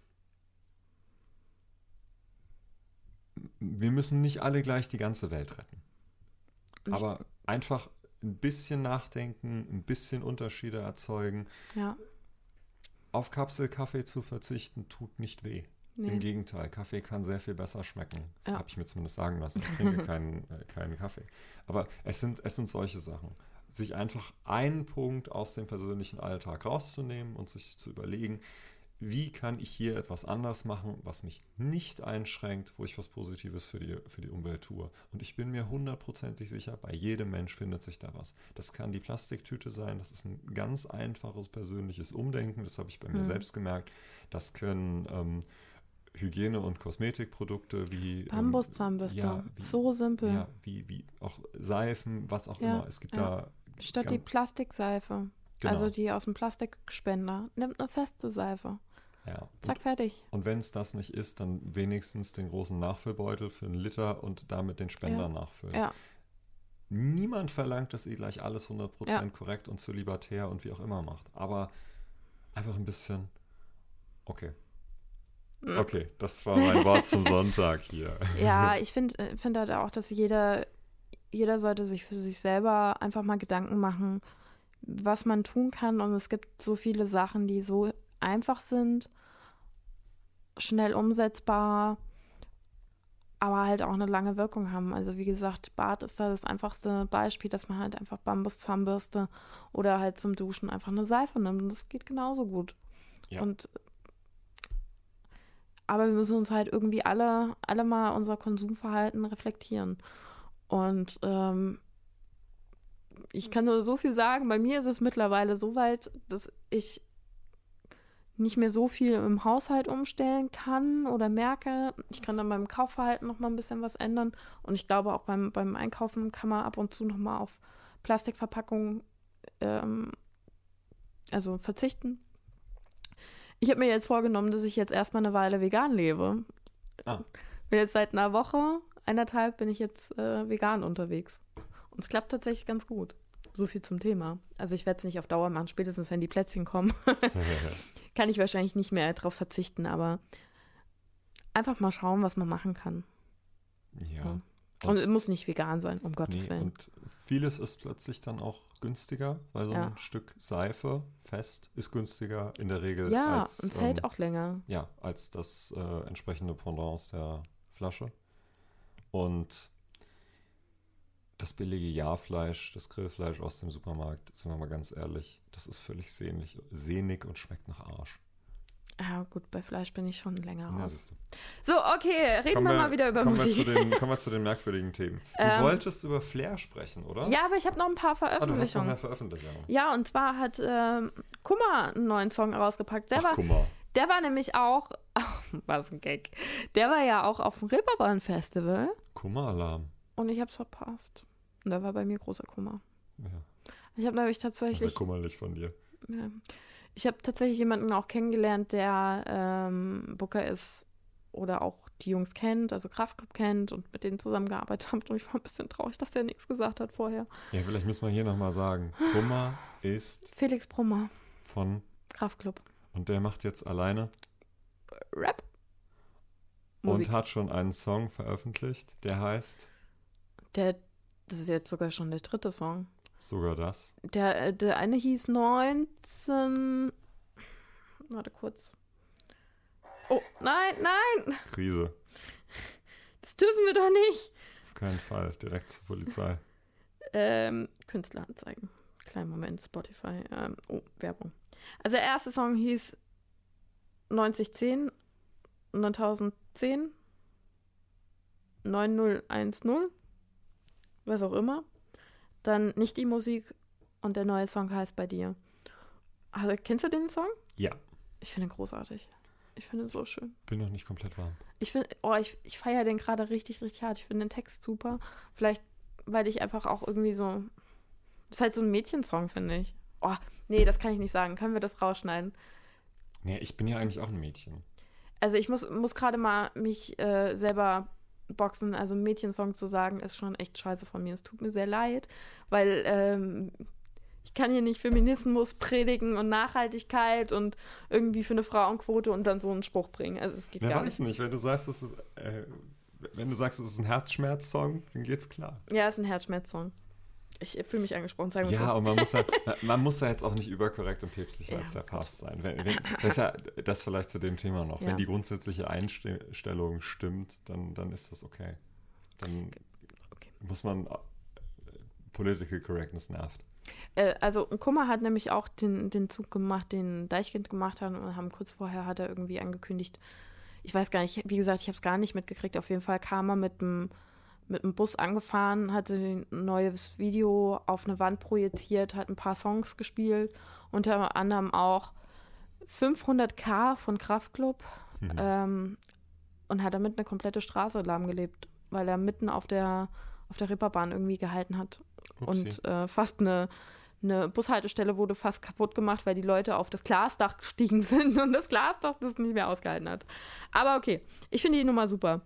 wir müssen nicht alle gleich die ganze Welt retten. Und Aber einfach ein bisschen nachdenken, ein bisschen Unterschiede erzeugen. Ja. Auf Kapselkaffee zu verzichten, tut nicht weh. Nee. Im Gegenteil, Kaffee kann sehr viel besser schmecken. Das Ja. habe ich mir zumindest sagen lassen. Ich trinke keinen, äh, keinen Kaffee. Aber es sind, es sind solche Sachen. sich einfach einen Punkt aus dem persönlichen Alltag rauszunehmen und sich zu überlegen, wie kann ich hier etwas anders machen, was mich nicht einschränkt, wo ich was Positives für die, für die Umwelt tue. Und ich bin mir hundertprozentig sicher, bei jedem Mensch findet sich da was. Das kann die Plastiktüte sein, das ist ein ganz einfaches persönliches Umdenken, das habe ich bei mir Mhm. selbst selbst gemerkt. Das können ähm, Hygiene- und Kosmetikprodukte wie Bambuszahnbürste. Ähm, ja, wie, so simpel. ja, wie, wie auch Seifen, was auch Ja, immer. Es gibt ja. da Statt ganz- die Plastikseife. Genau. Also die aus dem Plastikspender. Nimmt eine feste Seife. Ja. Zack, Und, fertig. und wenn es das nicht ist, dann wenigstens den großen Nachfüllbeutel für einen Liter und damit den Spender Ja. nachfüllen. Ja. Niemand verlangt, dass ihr gleich alles hundert Prozent korrekt und zu libertär und wie auch immer macht. Aber einfach ein bisschen, okay. Mhm. Okay, das war mein Wort zum Sonntag hier. Ja, ich finde find halt auch, dass jeder, jeder sollte sich für sich selber einfach mal Gedanken machen, was man tun kann. Und es gibt so viele Sachen, die so einfach sind, schnell umsetzbar, aber halt auch eine lange Wirkung haben. Also wie gesagt, Bad ist da das einfachste Beispiel, dass man halt einfach Bambuszahnbürste oder halt zum Duschen einfach eine Seife nimmt. Und das geht genauso gut. Ja. Und aber wir müssen uns halt irgendwie alle, alle mal unser Konsumverhalten reflektieren. Und ähm, ich kann nur so viel sagen, bei mir ist es mittlerweile so weit, dass ich nicht mehr so viel im Haushalt umstellen kann oder merke. Ich kann dann beim Kaufverhalten noch mal ein bisschen was ändern. Und ich glaube, auch beim, beim Einkaufen kann man ab und zu noch mal auf Plastikverpackungen ähm, also verzichten. Ich habe mir jetzt vorgenommen, dass ich jetzt erstmal eine Weile vegan lebe. Ah. Bin jetzt seit einer Woche, eineinhalb, bin ich jetzt äh, vegan unterwegs. Und es klappt tatsächlich ganz gut. So viel zum Thema. Also ich werde es nicht auf Dauer machen, spätestens wenn die Plätzchen kommen. Kann ich wahrscheinlich nicht mehr darauf verzichten, aber einfach mal schauen, was man machen kann. Ja. Ja. Und, und es muss nicht vegan sein, um Gottes nee, Willen. Und vieles ist plötzlich dann auch günstiger, weil so Ja. ein Stück Seife fest ist günstiger in der Regel Ja, als, und es hält ähm, auch länger. ja, als das äh, entsprechende Pendant der Flasche. Und das billige Jahrfleisch, das Grillfleisch aus dem Supermarkt, sind wir mal ganz ehrlich, das ist völlig sehnlich, sehnig und schmeckt nach Arsch. Ja, gut, bei Fleisch bin ich schon länger Ja, raus. siehst du. So, okay, reden Kommen wir mal wieder über kommen Musik. Wir zu den, kommen wir zu den merkwürdigen Themen. Du Ähm, wolltest über Flair sprechen, oder? Ja, aber ich habe noch ein paar Ah, du hast noch Veröffentlichungen. mehr Veröffentlichungen. Ja, und zwar hat ähm, Kummer einen neuen Song rausgepackt. Der Ach, war, guck mal. der war nämlich auch, was ein Gag, der war ja auch auf dem Reeperbahn-Festival Kummeralarm. und ich habe es verpasst. Und da war bei mir großer Kummer. Ja, Ich habe nämlich sehr tatsächlich, kummerlich von dir. ja, ich habe tatsächlich jemanden auch kennengelernt, der ähm, Booker ist oder auch die Jungs kennt, also Kraftklub kennt und mit denen zusammengearbeitet hat. Und ich war ein bisschen traurig, dass der nichts gesagt hat vorher. Ja, vielleicht müssen wir hier nochmal sagen, Kummer ist Felix Brummer, von, Kraftklub. und der macht jetzt alleine Rap. Musik. und hat schon einen Song veröffentlicht, der heißt Der, das ist jetzt sogar schon der dritte Song. sogar das. Der, der eine hieß neunzehn. Warte kurz. Oh, nein, nein! Krise. Das dürfen wir doch nicht! Auf keinen Fall. Direkt zur Polizei. Ähm, Künstleranzeigen. Kleinen Moment, Spotify. Ähm, oh, Werbung. Also der erste Song hieß neunzig zehn, neuntausendzehn, neun null eins null, was auch immer. Dann nicht die Musik und der neue Song heißt Bei dir. Also, kennst du den Song? Ja. Ich finde ihn großartig. Ich finde ihn so schön. Bin noch nicht komplett warm. Ich finde, oh, ich, ich feiere den gerade richtig, richtig hart. Ich finde den Text super. Vielleicht, weil ich einfach auch irgendwie so. Das ist halt so ein Mädchensong, finde ich. Oh, nee, das kann ich nicht sagen. Können wir das rausschneiden? Nee, ich bin ja eigentlich auch ein Mädchen. Also ich muss, muss gerade mal mich äh, selber boxen. Also ein Mädchensong zu sagen, ist schon echt scheiße von mir. Es tut mir sehr leid, weil ähm, ich kann hier nicht Feminismus predigen und Nachhaltigkeit und irgendwie für eine Frauenquote und dann so einen Spruch bringen. Also es geht Wer gar weiß nicht. nicht, wenn du sagst, es ist, äh, wenn du sagst, es ist ein Herzschmerz-Song, dann geht's klar. Ja, ist ein Herzschmerz-Song. Ich fühle mich angesprochen, sagen wir Ja, so. und man muss ja, man muss ja jetzt auch nicht überkorrekt und päpstlicher Ja, als der gut. Papst sein. Wenn, wenn, das ist ja das vielleicht zu dem Thema noch. Ja. Wenn die grundsätzliche Einstellung stimmt, dann, dann ist das okay. Dann Okay. muss man, Political Correctness nervt. Äh, also Kummer hat nämlich auch den, den Zug gemacht, den Deichkind gemacht hat und haben kurz vorher hat er irgendwie angekündigt, ich weiß gar nicht, wie gesagt, ich habe es gar nicht mitgekriegt, auf jeden Fall kam er mit dem mit dem Bus angefahren, hatte ein neues Video auf eine Wand projiziert, hat ein paar Songs gespielt, unter anderem auch fünfhundert K von Kraftklub mhm. ähm, und hat damit eine komplette Straße lahmgelebt, weil er mitten auf der, auf der Reeperbahn irgendwie gehalten hat. Upsi. Und äh, fast eine, eine Bushaltestelle wurde fast kaputt gemacht, weil die Leute auf das Glasdach gestiegen sind und das Glasdach das nicht mehr ausgehalten hat. Aber okay, ich finde die Nummer super.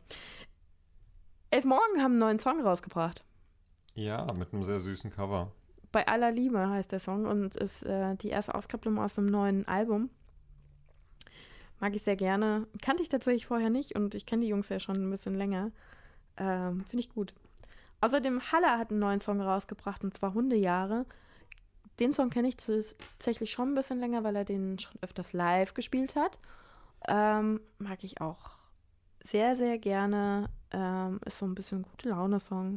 Elf Morgen haben einen neuen Song rausgebracht. Ja, mit einem sehr süßen Cover. Bei aller Liebe heißt der Song und ist äh, die erste Auskopplung aus dem neuen Album. Mag ich sehr gerne. Kannte ich tatsächlich vorher nicht und ich kenne die Jungs ja schon ein bisschen länger. Ähm, Finde ich gut. Außerdem Haller hat einen neuen Song rausgebracht und zwar Hundejahre. Den Song kenne ich tatsächlich schon ein bisschen länger, weil er den schon öfters live gespielt hat. Ähm, mag ich auch sehr, sehr gerne. Ähm, ist so ein bisschen gute Laune-Song.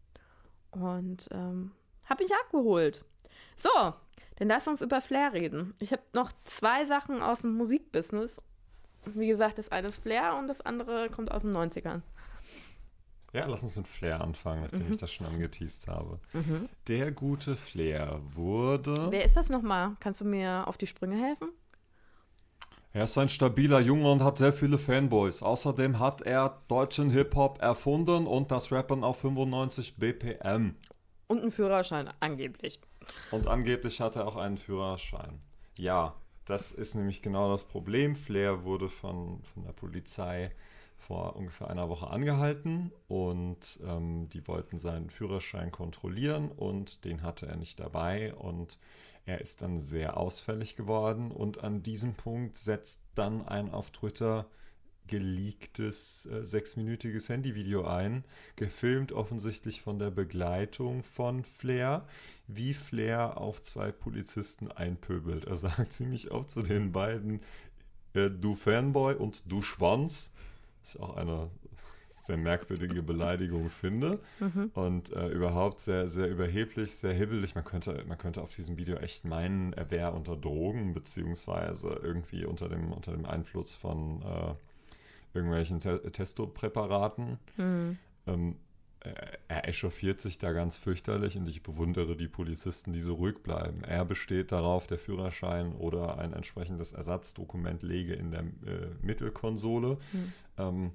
Und ähm, hab mich abgeholt. So, dann lass uns über Flair reden. Ich habe noch zwei Sachen aus dem Musikbusiness. Wie gesagt, das eine ist Flair und das andere kommt aus den neunzigern. Ja, lass uns mit Flair anfangen, nachdem Mhm. ich das schon angeteast habe. Mhm. Der gute Flair wurde... Wer ist das nochmal? Kannst du mir auf die Sprünge helfen? Er ist ein stabiler Junge und hat sehr viele Fanboys. Außerdem hat er deutschen Hip-Hop erfunden und das Rappen auf fünfundneunzig B P M. Und einen Führerschein, angeblich. Und angeblich hat er auch einen Führerschein. Ja, das ist nämlich genau das Problem. Flair wurde von, von der Polizei vor ungefähr einer Woche angehalten und ähm, die wollten seinen Führerschein kontrollieren und den hatte er nicht dabei und er ist dann sehr ausfällig geworden und an diesem Punkt setzt dann ein auf Twitter geleaktes äh, sechsminütiges Handyvideo ein, gefilmt offensichtlich von der Begleitung von Flair, wie Flair auf zwei Polizisten einpöbelt. Er sagt ziemlich oft zu den beiden, äh, du Fanboy und du Schwanz, was ich auch eine sehr merkwürdige Beleidigung finde Mhm. und äh, überhaupt sehr, sehr überheblich, sehr hibbelig. Man könnte, man könnte auf diesem Video echt meinen, er wäre unter Drogen beziehungsweise irgendwie unter dem, unter dem Einfluss von äh, irgendwelchen Te- Testo-Präparaten. Mhm. Ähm, er, er echauffiert sich da ganz fürchterlich und ich bewundere die Polizisten, die so ruhig bleiben. Er besteht darauf, der Führerschein oder ein entsprechendes Ersatzdokument lege in der äh, Mittelkonsole. Mhm. Ähm,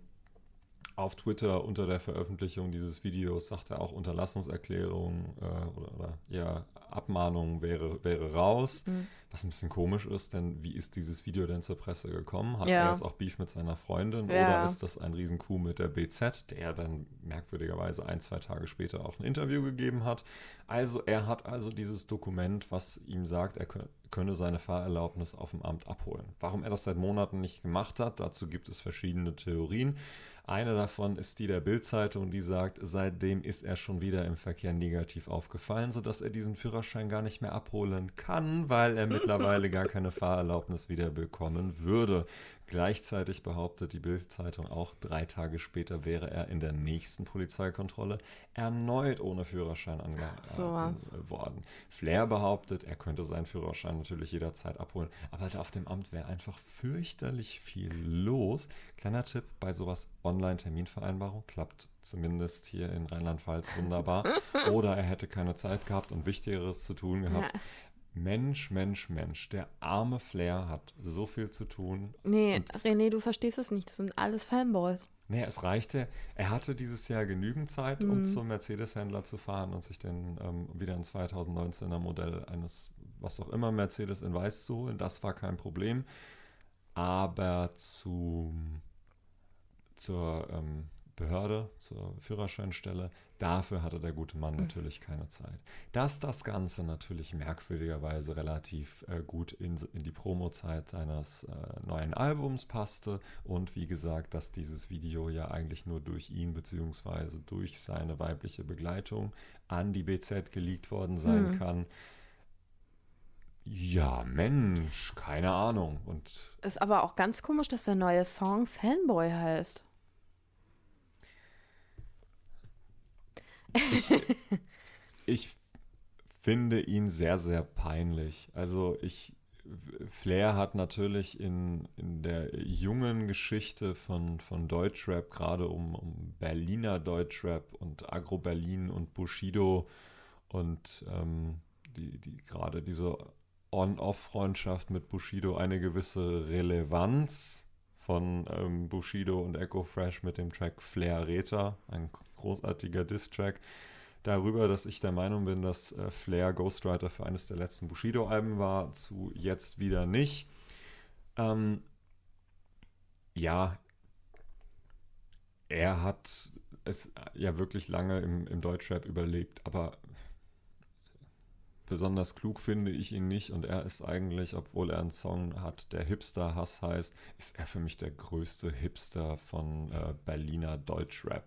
Auf Twitter unter der Veröffentlichung dieses Videos sagt er auch, Unterlassungserklärung äh, oder, oder ja, Abmahnung wäre, wäre raus. Mhm. Was ein bisschen komisch ist, denn wie ist dieses Video denn zur Presse gekommen? Hat Ja. er jetzt auch Beef mit seiner Freundin Ja. oder ist das ein Riesenkuh mit der B Z, der dann merkwürdigerweise ein, zwei Tage später auch ein Interview gegeben hat? Also er hat also dieses Dokument, was ihm sagt, er kö- könne seine Fahrerlaubnis auf dem Amt abholen. Warum er das seit Monaten nicht gemacht hat, dazu gibt es verschiedene Theorien. Eine davon ist die der Bild-Zeitung, die sagt, seitdem ist er schon wieder im Verkehr negativ aufgefallen, sodass er diesen Führerschein gar nicht mehr abholen kann, weil er mittlerweile gar keine Fahrerlaubnis wieder bekommen würde. Gleichzeitig behauptet die Bild-Zeitung auch, drei Tage später wäre er in der nächsten Polizeikontrolle erneut ohne Führerschein angehalten So was. worden. Flair behauptet, er könnte seinen Führerschein natürlich jederzeit abholen, aber auf dem Amt wäre einfach fürchterlich viel los. Kleiner Tipp, bei sowas Online-Terminvereinbarung klappt zumindest hier in Rheinland-Pfalz wunderbar. Oder er hätte keine Zeit gehabt und Wichtigeres zu tun gehabt. Ja. Mensch, Mensch, Mensch, der arme Flair hat so viel zu tun. Nee, Und- René, du verstehst es nicht. Das sind alles Fanboys. Nee, es reichte. Er hatte dieses Jahr genügend Zeit, um zum Mercedes-Händler zu fahren und sich den ähm, wieder ein zweitausendneunzehner Modell eines, was auch immer, Mercedes in Weiß zu holen. Das war kein Problem. Aber zum, zur ähm, Behörde, zur Führerscheinstelle, dafür hatte der gute Mann natürlich keine Zeit. Dass das Ganze natürlich merkwürdigerweise relativ äh, gut in, in die Promozeit seines äh, neuen Albums passte und wie gesagt, dass dieses Video ja eigentlich nur durch ihn bzw. durch seine weibliche Begleitung an die B Z geleakt worden sein Hm. kann. Ja, Mensch, keine Ahnung. Und Ist aber auch ganz komisch, dass der neue Song Fanboy heißt. ich, ich finde ihn sehr, sehr peinlich. Also ich, Flair hat natürlich in, in der jungen Geschichte von, von Deutschrap, gerade um, um Berliner Deutschrap und Agro-Berlin und Bushido und ähm, die, die, gerade diese On-Off-Freundschaft mit Bushido eine gewisse Relevanz von ähm, Bushido und Echo Fresh mit dem Track Flair Räter, ein großartiger Diss-Track. Darüber, dass ich der Meinung bin, dass äh, Flair Ghostwriter für eines der letzten Bushido-Alben war, zu jetzt wieder nicht. Ähm, ja, er hat es ja wirklich lange im, im Deutschrap überlebt, aber besonders klug finde ich ihn nicht und er ist eigentlich, obwohl er einen Song hat, der Hipster-Hass heißt, ist er für mich der größte Hipster von äh, Berliner Deutschrap.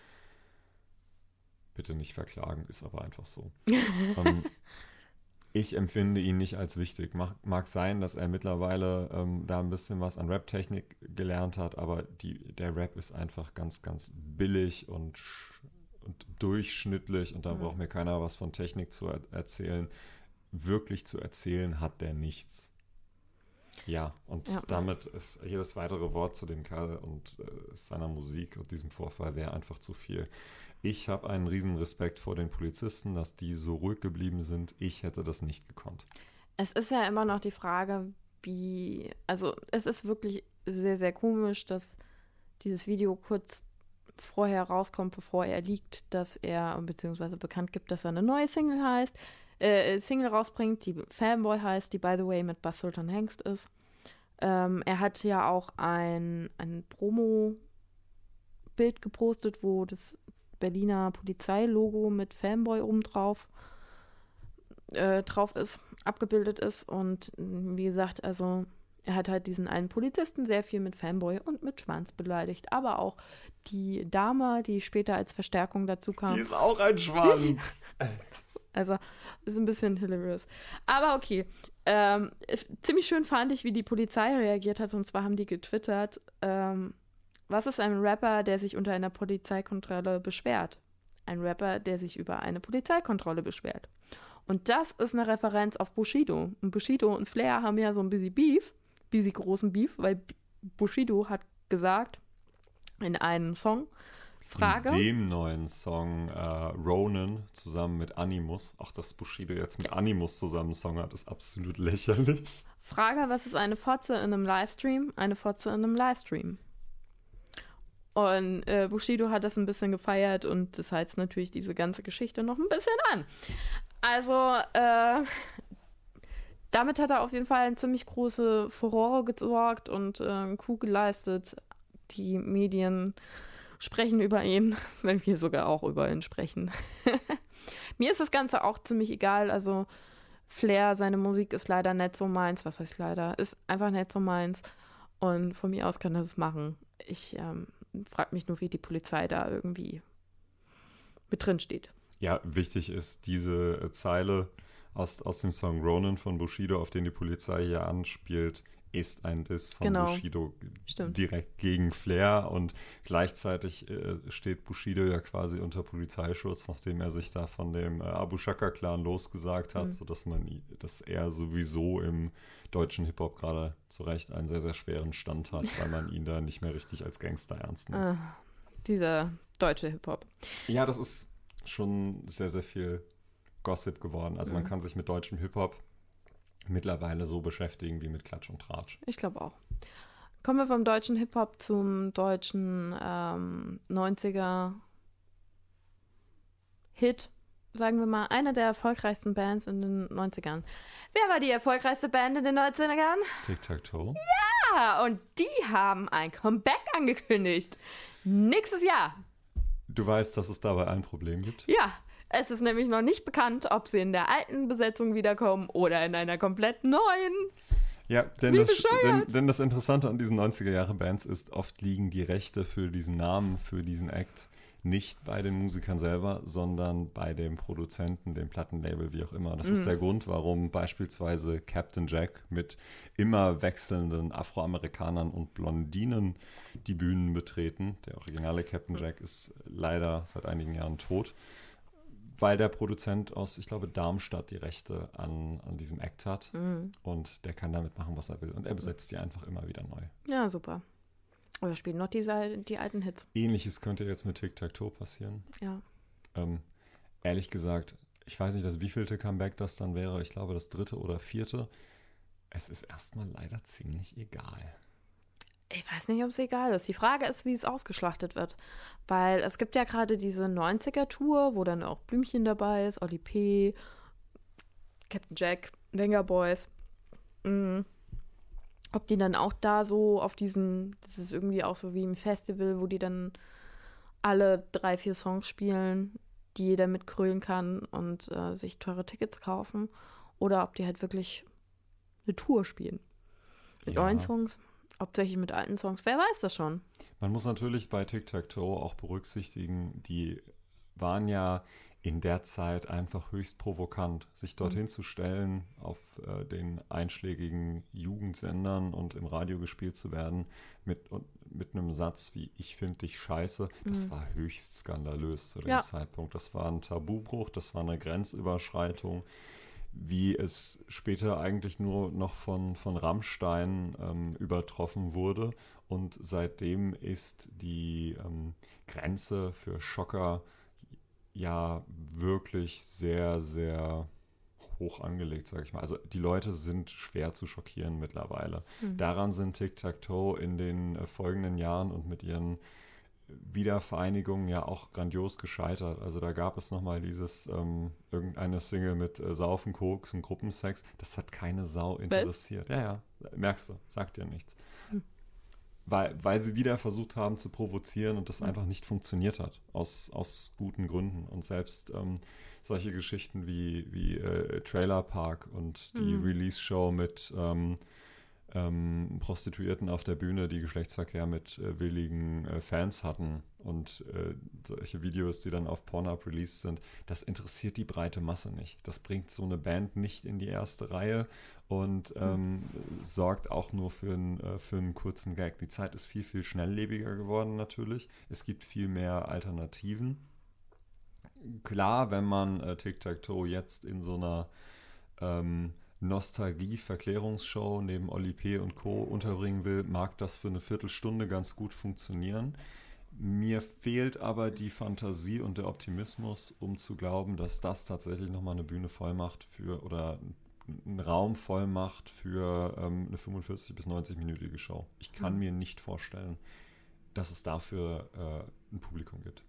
Bitte nicht verklagen, ist aber einfach so. ähm, ich empfinde ihn nicht als wichtig. Mag, mag sein, dass er mittlerweile ähm, da ein bisschen was an Rap-Technik gelernt hat, aber die, der Rap ist einfach ganz, ganz billig und, und durchschnittlich und da mhm. braucht mir keiner was von Technik zu er- erzählen. Wirklich zu erzählen hat der nichts. Ja, und ja. damit ist jedes weitere Wort zu dem Kerl und äh, seiner Musik und diesem Vorfall wäre einfach zu viel. Ich habe einen riesen Respekt vor den Polizisten, dass die so ruhig geblieben sind. Ich hätte das nicht gekonnt. Es ist ja immer noch die Frage, wie, also es ist wirklich sehr, sehr komisch, dass dieses Video kurz vorher rauskommt, bevor er liegt, dass er, beziehungsweise bekannt gibt, dass er eine neue Single heißt, äh, Single rausbringt, die Fanboy heißt, die by the way mit Bass Sultan Hengst ist. Ähm, er hat ja auch ein, ein Promo-Bild gepostet, wo das Berliner Polizeilogo mit Fanboy oben drauf, äh, drauf ist, abgebildet ist. Und wie gesagt, also er hat halt diesen einen Polizisten sehr viel mit Fanboy und mit Schwanz beleidigt. Aber auch die Dame, die später als Verstärkung dazu kam. Die ist auch ein Schwanz. Also ist ein bisschen hilarious. Aber okay. Ähm, ziemlich schön fand ich, wie die Polizei reagiert hat. Und zwar haben die getwittert, ähm, was ist ein Rapper, der sich unter einer Polizeikontrolle beschwert? Ein Rapper, der sich über eine Polizeikontrolle beschwert. Und das ist eine Referenz auf Bushido. Und Bushido und Flair haben ja so ein bisschen Beef, bisschen großen Beef, weil Bushido hat gesagt in einem Song, Frage. In dem neuen Song äh, Ronin zusammen mit Animus, auch dass Bushido jetzt mit Animus zusammen einen Song hat, ist absolut lächerlich. Frage, was ist eine Fotze in einem Livestream? Eine Fotze in einem Livestream. Und äh, Bushido hat das ein bisschen gefeiert und das heizt natürlich diese ganze Geschichte noch ein bisschen an. Also, äh, damit hat er auf jeden Fall eine ziemlich große Furore gesorgt und äh, einen Coup geleistet. Die Medien sprechen über ihn, wenn wir sogar auch über ihn sprechen. Mir ist das Ganze auch ziemlich egal. Also, Flair, seine Musik ist leider nicht so meins. Was heißt leider? Ist einfach nicht so meins. Und von mir aus kann er das machen. Ich ähm, frage mich nur, wie die Polizei da irgendwie mit drin steht. Ja, wichtig ist diese äh, Zeile aus, aus dem Song Ronin von Bushido, auf den die Polizei hier anspielt, ist ein Diss von genau. Bushido Stimmt. direkt gegen Flair und gleichzeitig äh, steht Bushido ja quasi unter Polizeischutz, nachdem er sich da von dem äh, Abu Shaka-Clan losgesagt hat, mhm. sodass man, dass er sowieso im deutschen Hip-Hop gerade zu Recht einen sehr, sehr schweren Stand hat, weil man ihn da nicht mehr richtig als Gangster ernst nimmt. Ah, dieser deutsche Hip-Hop. Ja, das ist schon sehr, sehr viel Gossip geworden. Also mhm. man kann sich mit deutschem Hip-Hop mittlerweile so beschäftigen wie mit Klatsch und Tratsch. Ich glaube auch. Kommen wir vom deutschen Hip-Hop zum deutschen ähm, neunziger-Hit, sagen wir mal, eine der erfolgreichsten Bands in den neunzigern. Wer war die erfolgreichste Band in den neunzigern? Tic-Tac-Toe. Ja, und die haben ein Comeback angekündigt. Nächstes Jahr. Du weißt, dass es dabei ein Problem gibt? Ja, es ist nämlich noch nicht bekannt, ob sie in der alten Besetzung wiederkommen oder in einer komplett neuen. Ja, denn, das, denn, denn das Interessante an diesen neunziger-Jahre-Bands ist, oft liegen die Rechte für diesen Namen, für diesen Act nicht bei den Musikern selber, sondern bei dem Produzenten, dem Plattenlabel, wie auch immer. Das mhm. ist der Grund, warum beispielsweise Captain Jack mit immer wechselnden Afroamerikanern und Blondinen die Bühnen betreten. Der originale Captain Jack ist leider seit einigen Jahren tot. weil der Produzent aus, ich glaube, Darmstadt die Rechte an, an diesem Act hat. Mhm. Und der kann damit machen, was er will. Und er besetzt die einfach immer wieder neu. Ja, super. Oder spielen noch die, die alten Hits. Ähnliches könnte jetzt mit Tic-Tac-Toe passieren. Ja. Ähm, ehrlich gesagt, ich weiß nicht, das wievielte Comeback das dann wäre. Ich glaube, das dritte oder vierte. Es ist erstmal leider ziemlich egal. Ich weiß nicht, ob es egal ist. Die Frage ist, wie es ausgeschlachtet wird. Weil es gibt ja gerade diese neunziger-Tour, wo dann auch Blümchen dabei ist, Oli P., Captain Jack, Venga Boys. Mhm. Ob die dann auch da so auf diesen, das ist irgendwie auch so wie im Festival, wo die dann alle drei, vier Songs spielen, die jeder mitgrölen kann und äh, sich teure Tickets kaufen. Oder ob die halt wirklich eine Tour spielen. Mit Ja. neuen Songs. Hauptsächlich mit alten Songs. Wer weiß das schon? Man muss natürlich bei Tic-Tac-Toe auch berücksichtigen, die waren ja in der Zeit einfach höchst provokant, sich dorthin mhm. zu stellen, auf äh, den einschlägigen Jugendsendern und im Radio gespielt zu werden mit, und, mit einem Satz wie "Ich finde dich scheiße", das mhm. war höchst skandalös zu dem ja. Zeitpunkt. Das war ein Tabubruch, das war eine Grenzüberschreitung, wie es später eigentlich nur noch von, von Rammstein ähm, übertroffen wurde. Und seitdem ist die ähm, Grenze für Schocker ja wirklich sehr, sehr hoch angelegt, sage ich mal. Also die Leute sind schwer zu schockieren mittlerweile. Mhm. Daran sind Tic-Tac-Toe in den äh, folgenden Jahren und mit ihren Wiedervereinigungen ja auch grandios gescheitert. Also da gab es nochmal dieses, ähm, irgendeine Single mit äh, Saufen, Koks und Gruppensex. Das hat keine Sau interessiert. Was? Ja, ja, merkst du, sagt dir nichts. Hm. Weil, weil sie wieder versucht haben zu provozieren und das hm. einfach nicht funktioniert hat, aus, aus guten Gründen. Und selbst ähm, solche Geschichten wie, wie äh, Trailer Park und die hm. Release-Show mit ähm, Ähm, Prostituierten auf der Bühne, die Geschlechtsverkehr mit äh, willigen äh, Fans hatten und äh, solche Videos, die dann auf Pornhub released sind, das interessiert die breite Masse nicht. Das bringt so eine Band nicht in die erste Reihe und ähm, mhm. sorgt auch nur für, ein, äh, für einen kurzen Gag. Die Zeit ist viel, viel schnelllebiger geworden natürlich. Es gibt viel mehr Alternativen. Klar, wenn man äh, Tic-Tac-Toe jetzt in so einer ähm, Nostalgie-Verklärungsshow neben Oli P. und Co. unterbringen will, mag das für eine Viertelstunde ganz gut funktionieren. Mir fehlt aber die Fantasie und der Optimismus, um zu glauben, dass das tatsächlich nochmal eine Bühne voll macht für, oder einen Raum voll macht für ähm, eine fünfundvierzig- bis neunzig-minütige Show. Ich kann mhm. mir nicht vorstellen, dass es dafür äh, ein Publikum gibt.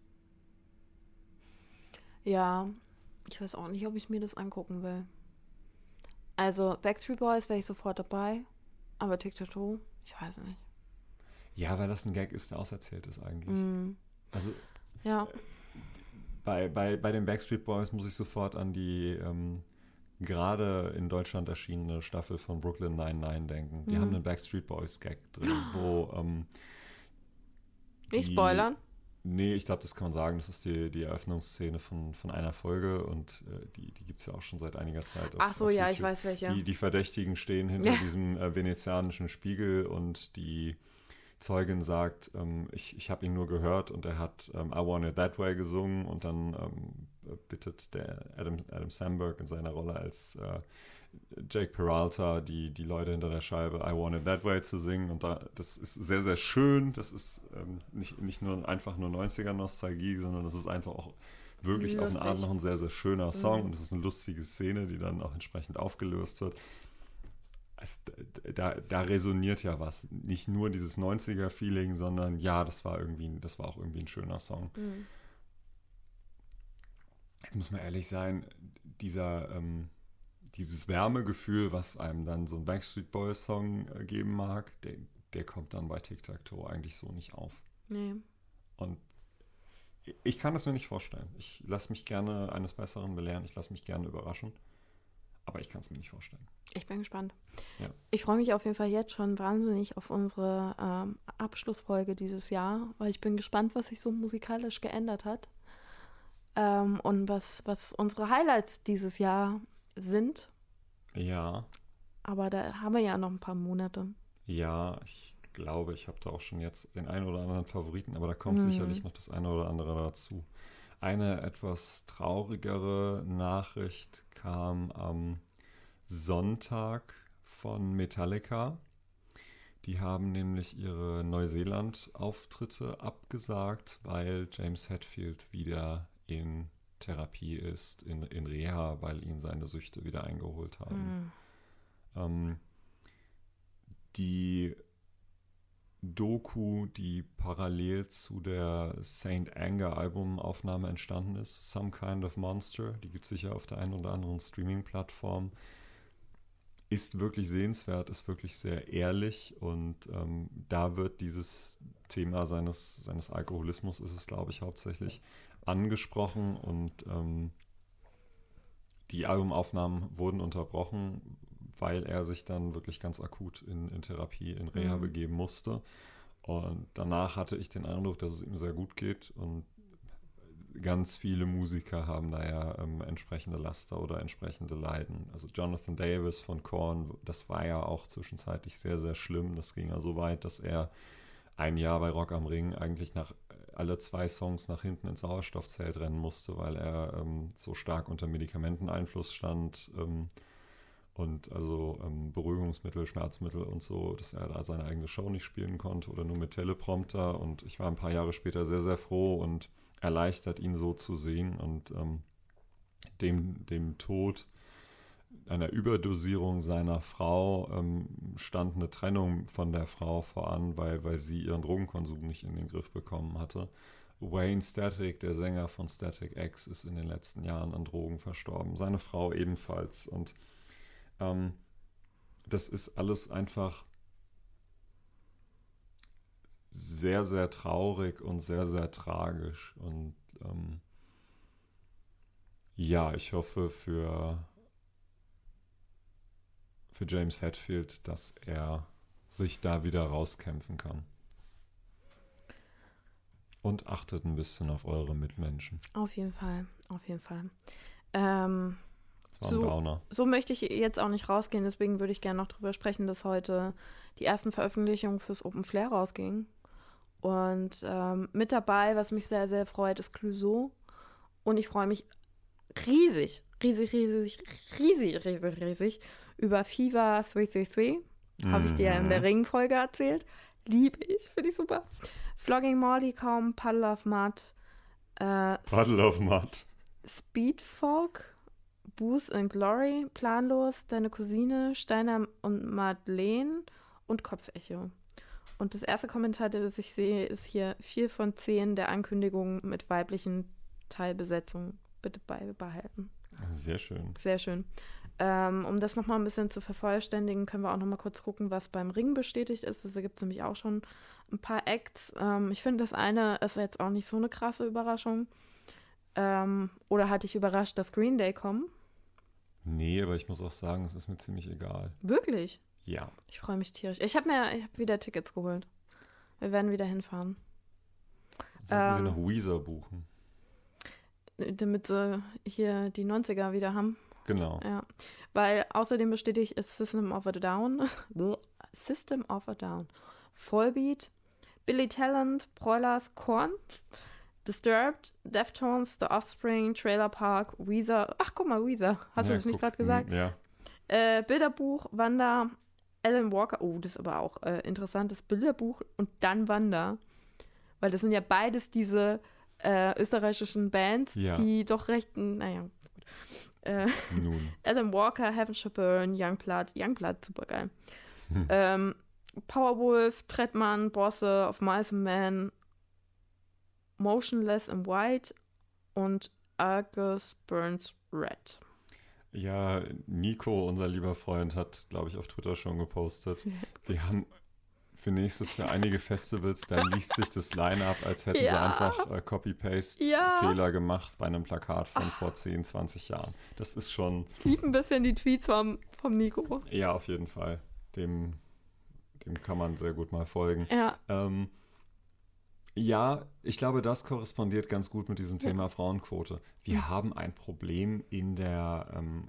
Ja, ich weiß auch nicht, ob ich mir das angucken will. Also Backstreet Boys wäre ich sofort dabei, aber Tic-Tac-Toe, ich weiß nicht. Ja, weil das ein Gag ist, der auserzählt ist eigentlich. Mm. Also ja. äh, bei, bei, bei den Backstreet Boys muss ich sofort an die ähm, gerade in Deutschland erschienene Staffel von Brooklyn Nine-Nine denken. Die mm. haben einen Backstreet Boys Gag drin, wo ähm, Nicht die, spoilern? Nee, ich glaube, das kann man sagen. Das ist die, die Eröffnungsszene von, von einer Folge und äh, die, die gibt es ja auch schon seit einiger Zeit. Auf, Ach so, auf ja, YouTube. ich weiß welche. Die, die Verdächtigen stehen hinter ja. diesem äh, venezianischen Spiegel und die Zeugin sagt, ähm, ich, ich habe ihn nur gehört und er hat ähm, I Want It That Way gesungen und dann ähm, bittet der Adam, Adam Sandberg in seiner Rolle als äh, Jake Peralta, die, die Leute hinter der Scheibe I Want It That Way zu singen und da, das ist sehr, sehr schön, das ist ähm, nicht, nicht nur einfach nur neunziger-Nostalgie, sondern das ist einfach auch wirklich Lustig. Auf eine Art noch ein sehr, sehr schöner Song mhm. und es ist eine lustige Szene, die dann auch entsprechend aufgelöst wird. Also, da, da resoniert ja was, nicht nur dieses neunziger-Feeling, sondern ja, das war irgendwie, das war auch irgendwie ein schöner Song. Mhm. Jetzt muss man ehrlich sein, dieser ähm, dieses Wärmegefühl, was einem dann so ein Backstreet Boys Song äh, geben mag, der, der kommt dann bei Tic-Tac-Toe eigentlich so nicht auf. Nee. Und ich kann es mir nicht vorstellen. Ich lasse mich gerne eines Besseren belehren, ich lasse mich gerne überraschen, aber ich kann es mir nicht vorstellen. Ich bin gespannt. Ja. Ich freue mich auf jeden Fall jetzt schon wahnsinnig auf unsere ähm, Abschlussfolge dieses Jahr, weil ich bin gespannt, was sich so musikalisch geändert hat ähm, und was, was unsere Highlights dieses Jahr sind. Ja. Aber da haben wir ja noch ein paar Monate. Ja, ich glaube, ich habe da auch schon jetzt den einen oder anderen Favoriten, aber da kommt mhm. sicherlich noch das eine oder andere dazu. Eine etwas traurigere Nachricht kam am Sonntag von Metallica. Die haben nämlich ihre Neuseeland-Auftritte abgesagt, weil James Hetfield wieder in Therapie ist, in, in Reha, weil ihn seine Süchte wieder eingeholt haben. Mhm. Ähm, die Doku, die parallel zu der Saint Anger Albumaufnahme entstanden ist, Some Kind of Monster, die gibt es sicher auf der einen oder anderen Streaming-Plattform, ist wirklich sehenswert, ist wirklich sehr ehrlich und ähm, da wird dieses Thema seines, seines Alkoholismus, ist es glaube ich hauptsächlich, angesprochen und ähm, die Albumaufnahmen wurden unterbrochen, weil er sich dann wirklich ganz akut in, in Therapie, in Reha mhm. begeben musste. Und danach hatte ich den Eindruck, dass es ihm sehr gut geht und ganz viele Musiker haben da ja ähm, entsprechende Laster oder entsprechende Leiden. Also Jonathan Davis von Korn, das war ja auch zwischenzeitlich sehr, sehr schlimm. Das ging ja so weit, dass er ein Jahr bei Rock am Ring eigentlich nach alle zwei Songs nach hinten ins Sauerstoffzelt rennen musste, weil er ähm, so stark unter Medikamenteneinfluss stand, ähm, und also ähm, Beruhigungsmittel, Schmerzmittel und so, dass er da seine eigene Show nicht spielen konnte oder nur mit Teleprompter. Und ich war ein paar Jahre später sehr, sehr froh und erleichtert, ihn so zu sehen. Und ähm, dem, dem Tod einer Überdosierung seiner Frau ähm, stand eine Trennung von der Frau voran, weil, weil sie ihren Drogenkonsum nicht in den Griff bekommen hatte. Wayne Static, der Sänger von Static X, ist in den letzten Jahren an Drogen verstorben. Seine Frau ebenfalls. Und ähm, das ist alles einfach sehr, sehr traurig und sehr, sehr tragisch. Und ähm, ja, ich hoffe für, für James Hetfield, dass er sich da wieder rauskämpfen kann. Und achtet ein bisschen auf eure Mitmenschen. Auf jeden Fall, auf jeden Fall. Ähm, das war ein so, Downer. so möchte ich jetzt auch nicht rausgehen, deswegen würde ich gerne noch drüber sprechen, dass heute die ersten Veröffentlichungen fürs Open Flair rausgingen. Und ähm, mit dabei, was mich sehr, sehr freut, ist Clouseau. Und ich freue mich riesig, riesig, riesig, riesig, riesig, riesig über Fever drei drei drei. Mhm. Habe ich dir in der Ring-Folge erzählt. Lieb ich, finde ich super. Flogging Molly kaum, Puddle of Mud. Äh, Puddle of Mud. Speedfolk, Booze and Glory, Planlos, Deine Cousine, Steiner und Madeleine und Kopfecho. Und das erste Kommentar, das ich sehe, ist hier vier von zehn der Ankündigungen mit weiblichen Teilbesetzungen bitte beibehalten. Sehr schön. Sehr schön. Ähm, um das nochmal ein bisschen zu vervollständigen, können wir auch nochmal kurz gucken, was beim Ring bestätigt ist. Da gibt es nämlich auch schon ein paar Acts. Ähm, ich finde, das eine ist jetzt auch nicht so eine krasse Überraschung. Ähm, oder hatte ich überrascht, dass Green Day kommen? Nee, aber ich muss auch sagen, es ist mir ziemlich egal. Wirklich? Ja. Ich freue mich tierisch. Ich habe mir ich hab wieder Tickets geholt. Wir werden wieder hinfahren. Sollten ähm, Sie noch Weezer buchen? Damit sie hier die neunziger wieder haben. Genau. Ja. Weil außerdem bestätigt ist System of a Down. System of a Down. Volbeat, Billy Talent, Broilers, Korn, Disturbed, Deftones, The Offspring, Trailer Park, Weezer. Ach, guck mal, Weezer. Hast ja, du das guck, nicht gerade gesagt? Ja. Äh, Bilderbuch, Wanda, Alan Walker. Oh, das ist aber auch äh, interessant. Das Bilderbuch und dann Wanda. Weil das sind ja beides diese äh, österreichischen Bands, ja. die doch recht, naja, gut. Äh, Nun. Alan Walker, Heaven Shall Burn, Youngblood, Youngblood, super geil. Hm. Ähm, Powerwolf, Trettmann, Bosse, Of Mice and Men, Motionless in White und Argus Burns Red. Ja, Nico, unser lieber Freund, hat, glaube ich, auf Twitter schon gepostet. Wir haben für nächstes Jahr einige Festivals, da liest sich das Line-Up, als hätten ja. sie einfach äh, Copy-Paste-Fehler ja. gemacht bei einem Plakat von Ach. vor zehn, zwanzig Jahren. Das ist schon... Ich liebe ein bisschen die Tweets vom, vom Nico. Ja, auf jeden Fall. Dem, dem kann man sehr gut mal folgen. Ja. Ähm, ja, ich glaube, das korrespondiert ganz gut mit diesem Thema ja. Frauenquote. Wir ja. haben ein Problem in der ähm,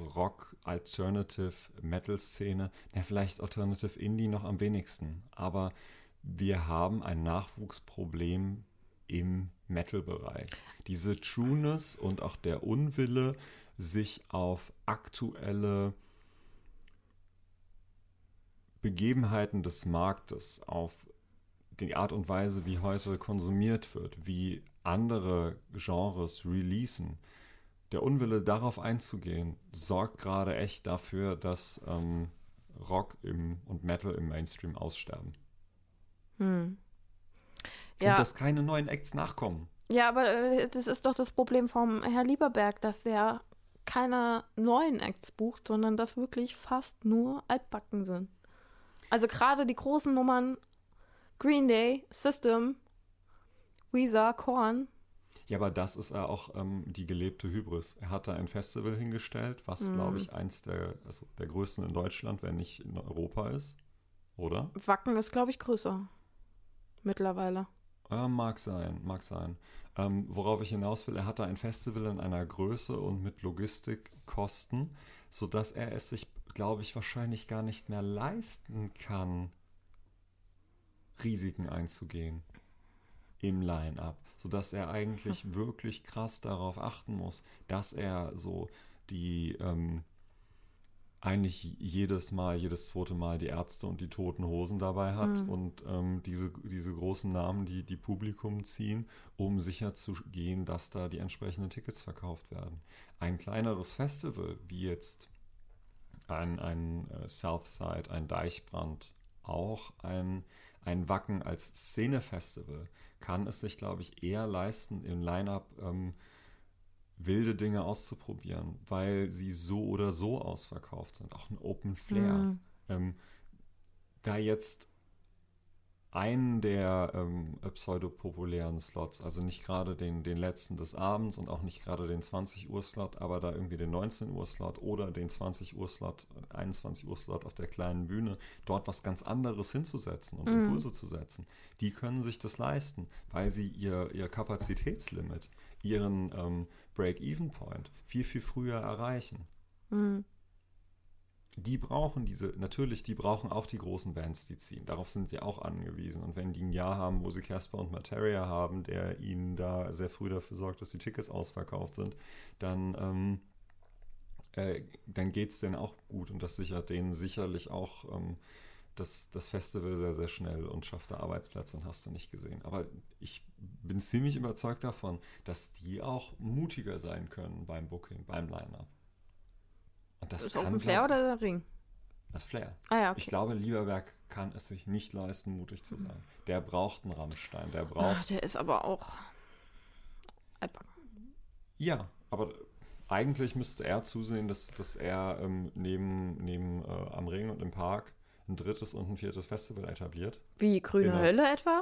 Rock-Alternative-Metal-Szene. Ja, vielleicht Alternative Indie noch am wenigsten. Aber wir haben ein Nachwuchsproblem im Metal-Bereich. Diese Trueness und auch der Unwille, sich auf aktuelle Begebenheiten des Marktes, auf die Art und Weise, wie heute konsumiert wird, wie andere Genres releasen. Der Unwille, darauf einzugehen, sorgt gerade echt dafür, dass ähm, Rock im, und Metal im Mainstream aussterben. Hm. Ja. Und dass keine neuen Acts nachkommen. Ja, aber äh, das ist doch das Problem vom Herr Lieberberg, dass der keine neuen Acts bucht, sondern dass wirklich fast nur altbacken sind. Also gerade die großen Nummern Green Day, System, Weezer, Korn. Ja, aber das ist ja auch ähm, die gelebte Hybris. Er hat da ein Festival hingestellt, was, Mhm. glaube ich, eins der, also der größten in Deutschland, wenn nicht in Europa ist. Oder? Wacken ist, glaube ich, größer. Mittlerweile. Ja, mag sein, mag sein. Ähm, worauf ich hinaus will, er hat da ein Festival in einer Größe und mit Logistikkosten, sodass er es sich, glaube ich, wahrscheinlich gar nicht mehr leisten kann, Risiken einzugehen im Line-Up. Sodass er eigentlich wirklich krass darauf achten muss, dass er so die ähm, eigentlich jedes Mal, jedes zweite Mal die Ärzte und die Toten Hosen dabei hat Mhm. und ähm, diese, diese großen Namen, die die Publikum ziehen, um sicher zu gehen, dass da die entsprechenden Tickets verkauft werden. Ein kleineres Festival, wie jetzt ein, ein äh, Southside, ein Deichbrand, auch ein, ein Wacken als Szenefestival, kann es sich, glaube ich, eher leisten, im Line-Up ähm, wilde Dinge auszuprobieren, weil sie so oder so ausverkauft sind. Auch ein Open Flair. Mhm. Ähm, da jetzt einen der ähm, pseudopopulären Slots, also nicht gerade den, den letzten des Abends und auch nicht gerade den zwanzig Uhr Slot, aber da irgendwie den neunzehn Uhr Slot oder den zwanzig Uhr Slot, einundzwanzig Uhr Slot auf der kleinen Bühne, dort was ganz anderes hinzusetzen und Mhm. Impulse zu setzen, die können sich das leisten, weil sie ihr, ihr Kapazitätslimit, ihren ähm, Break-Even-Point viel, viel früher erreichen. Mhm. Die brauchen diese, natürlich, die brauchen auch die großen Bands, die ziehen. Darauf sind sie auch angewiesen. Und wenn die ein Jahr haben, wo sie Casper und Materia haben, der ihnen da sehr früh dafür sorgt, dass die Tickets ausverkauft sind, dann, ähm, äh, dann geht es denen auch gut. Und das sichert denen sicherlich auch ähm, das, das Festival sehr, sehr schnell und schafft da Arbeitsplätze und hast du nicht gesehen. Aber ich bin ziemlich überzeugt davon, dass die auch mutiger sein können beim Booking, beim Line-Up. Und das Ist kann, Open Flair glaub- oder der Ring? Das Flair. Ah ja, okay. Ich glaube, Lieberberg kann es sich nicht leisten, mutig zu sein. Der braucht einen Rammstein. Der Ach, braucht. der ist aber auch altbacken. Ja, aber eigentlich müsste er zusehen, dass, dass er ähm, neben, neben äh, am Ring und im Park ein drittes und ein viertes Festival etabliert. Wie Grüne Genau. Hölle etwa?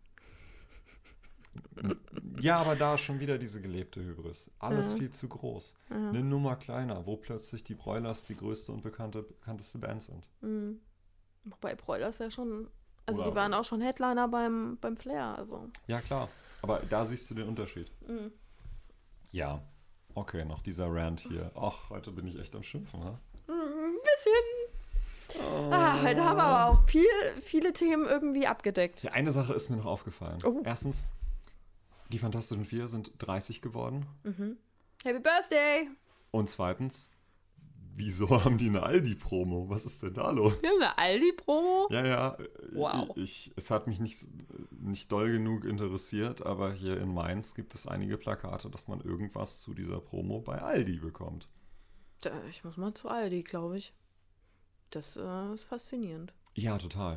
Ja, aber da ist schon wieder diese gelebte Hybris. Alles Ja. viel zu groß. Ja. Eine Nummer kleiner, wo plötzlich die Broilers die größte und bekannte, bekannteste Band sind. Mhm. Wobei Broilers ja schon, also Oder- die waren auch schon Headliner beim, beim Flair, also. Ja, klar. Aber da siehst du den Unterschied. Mhm. Ja. Okay, noch dieser Rant hier. Ach, heute bin ich echt am Schimpfen, ha? Ein bisschen. Oh. Ah, heute haben wir aber auch viel, viele Themen irgendwie abgedeckt. Ja, eine Sache ist mir noch aufgefallen. Oh. Erstens, die Fantastischen Vier sind dreißig geworden. Mhm. Happy Birthday! Und zweitens, wieso haben die eine Aldi-Promo? Was ist denn da los? Wir haben eine Aldi-Promo. Ja, ja. Wow. Ich, es hat mich nicht, nicht doll genug interessiert, aber hier in Mainz gibt es einige Plakate, dass man irgendwas zu dieser Promo bei Aldi bekommt. Da, ich muss mal zu Aldi, glaube ich. Das äh, ist faszinierend. Ja, total.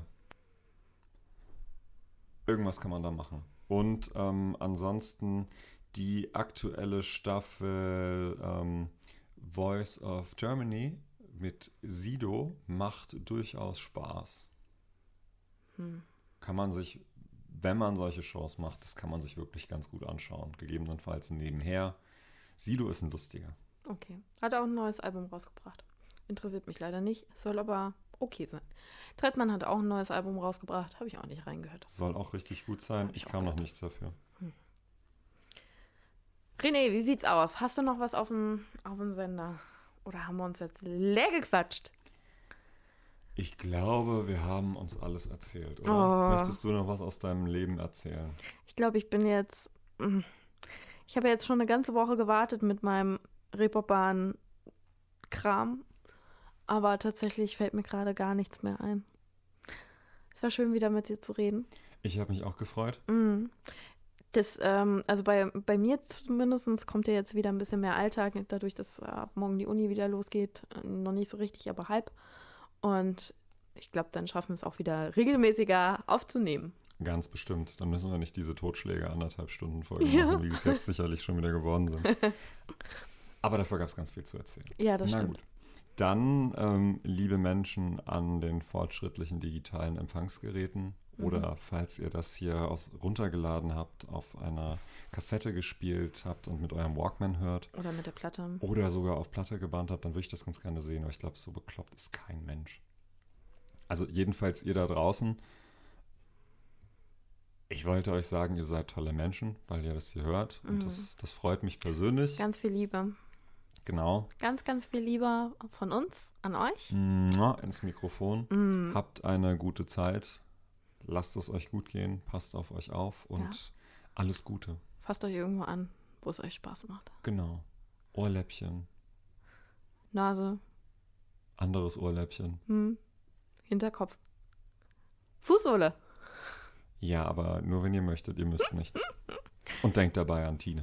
Irgendwas kann man da machen. Und ähm, ansonsten die aktuelle Staffel ähm, Voice of Germany mit Sido macht durchaus Spaß. Hm. Kann man sich, wenn man solche Shows macht, das kann man sich wirklich ganz gut anschauen. Gegebenenfalls nebenher. Sido ist ein lustiger. Okay. Hat auch ein neues Album rausgebracht. Interessiert mich leider nicht, soll aber okay sein. Trettmann hat auch ein neues Album rausgebracht, habe ich auch nicht reingehört. Soll auch richtig gut sein. Hab ich Ich auch kam noch gehört. nichts dafür. René, wie sieht's aus? Hast du noch was auf dem, auf dem Sender? Oder haben wir uns jetzt leer gequatscht? Ich glaube, wir haben uns alles erzählt, oder? Oh. Möchtest du noch was aus deinem Leben erzählen? Ich glaube, ich bin jetzt Ich habe jetzt schon eine ganze Woche gewartet mit meinem Reeperbahn-Kram, aber tatsächlich fällt mir gerade gar nichts mehr ein. Es war schön, wieder mit dir zu reden. Ich habe mich auch gefreut. Mhm. Das, ähm, also bei, bei mir zumindest kommt ja jetzt wieder ein bisschen mehr Alltag, dadurch, dass ab morgen die Uni wieder losgeht. Noch nicht so richtig, aber halb. Und ich glaube, dann schaffen wir es auch wieder regelmäßiger aufzunehmen. Ganz bestimmt. Dann müssen wir nicht diese Totschläge anderthalb Stunden Folgen Ja. machen, wie es jetzt sicherlich schon wieder geworden sind. Aber dafür gab es ganz viel zu erzählen. Ja, das Na stimmt. gut. Dann, ähm, liebe Menschen an den fortschrittlichen digitalen Empfangsgeräten Mhm. oder falls ihr das hier aus, runtergeladen habt, auf einer Kassette gespielt habt und mit eurem Walkman hört Oder mit der Platte. oder sogar auf Platte gebannt habt, dann würde ich das ganz gerne sehen. Aber ich glaube, so bekloppt ist kein Mensch. Also jedenfalls ihr da draußen. Ich wollte euch sagen, ihr seid tolle Menschen, weil ihr das hier hört. Und Mhm. das, das freut mich persönlich. Ganz viel Liebe. Genau. Ganz, ganz viel Liebe von uns an euch. Mua, ins Mikrofon. Mhm. Habt eine gute Zeit. Lasst es euch gut gehen. Passt auf euch auf und Ja. alles Gute. Fasst euch irgendwo an, wo es euch Spaß macht. Genau. Ohrläppchen. Nase, Anderes Ohrläppchen. hm. Hinterkopf. Fußsohle. Ja, aber nur wenn ihr möchtet. Ihr müsst nicht. Und denkt dabei an Tine.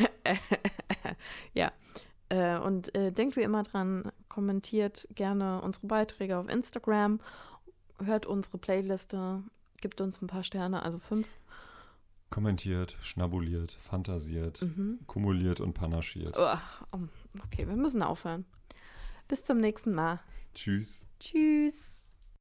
Ja. Äh, und äh, denkt wie immer dran, kommentiert gerne unsere Beiträge auf Instagram, hört unsere Playliste, gibt uns ein paar Sterne, also fünf. Kommentiert, schnabuliert, fantasiert, Mhm. kumuliert und panaschiert. Oh, okay, wir müssen aufhören. Bis zum nächsten Mal. Tschüss. Tschüss.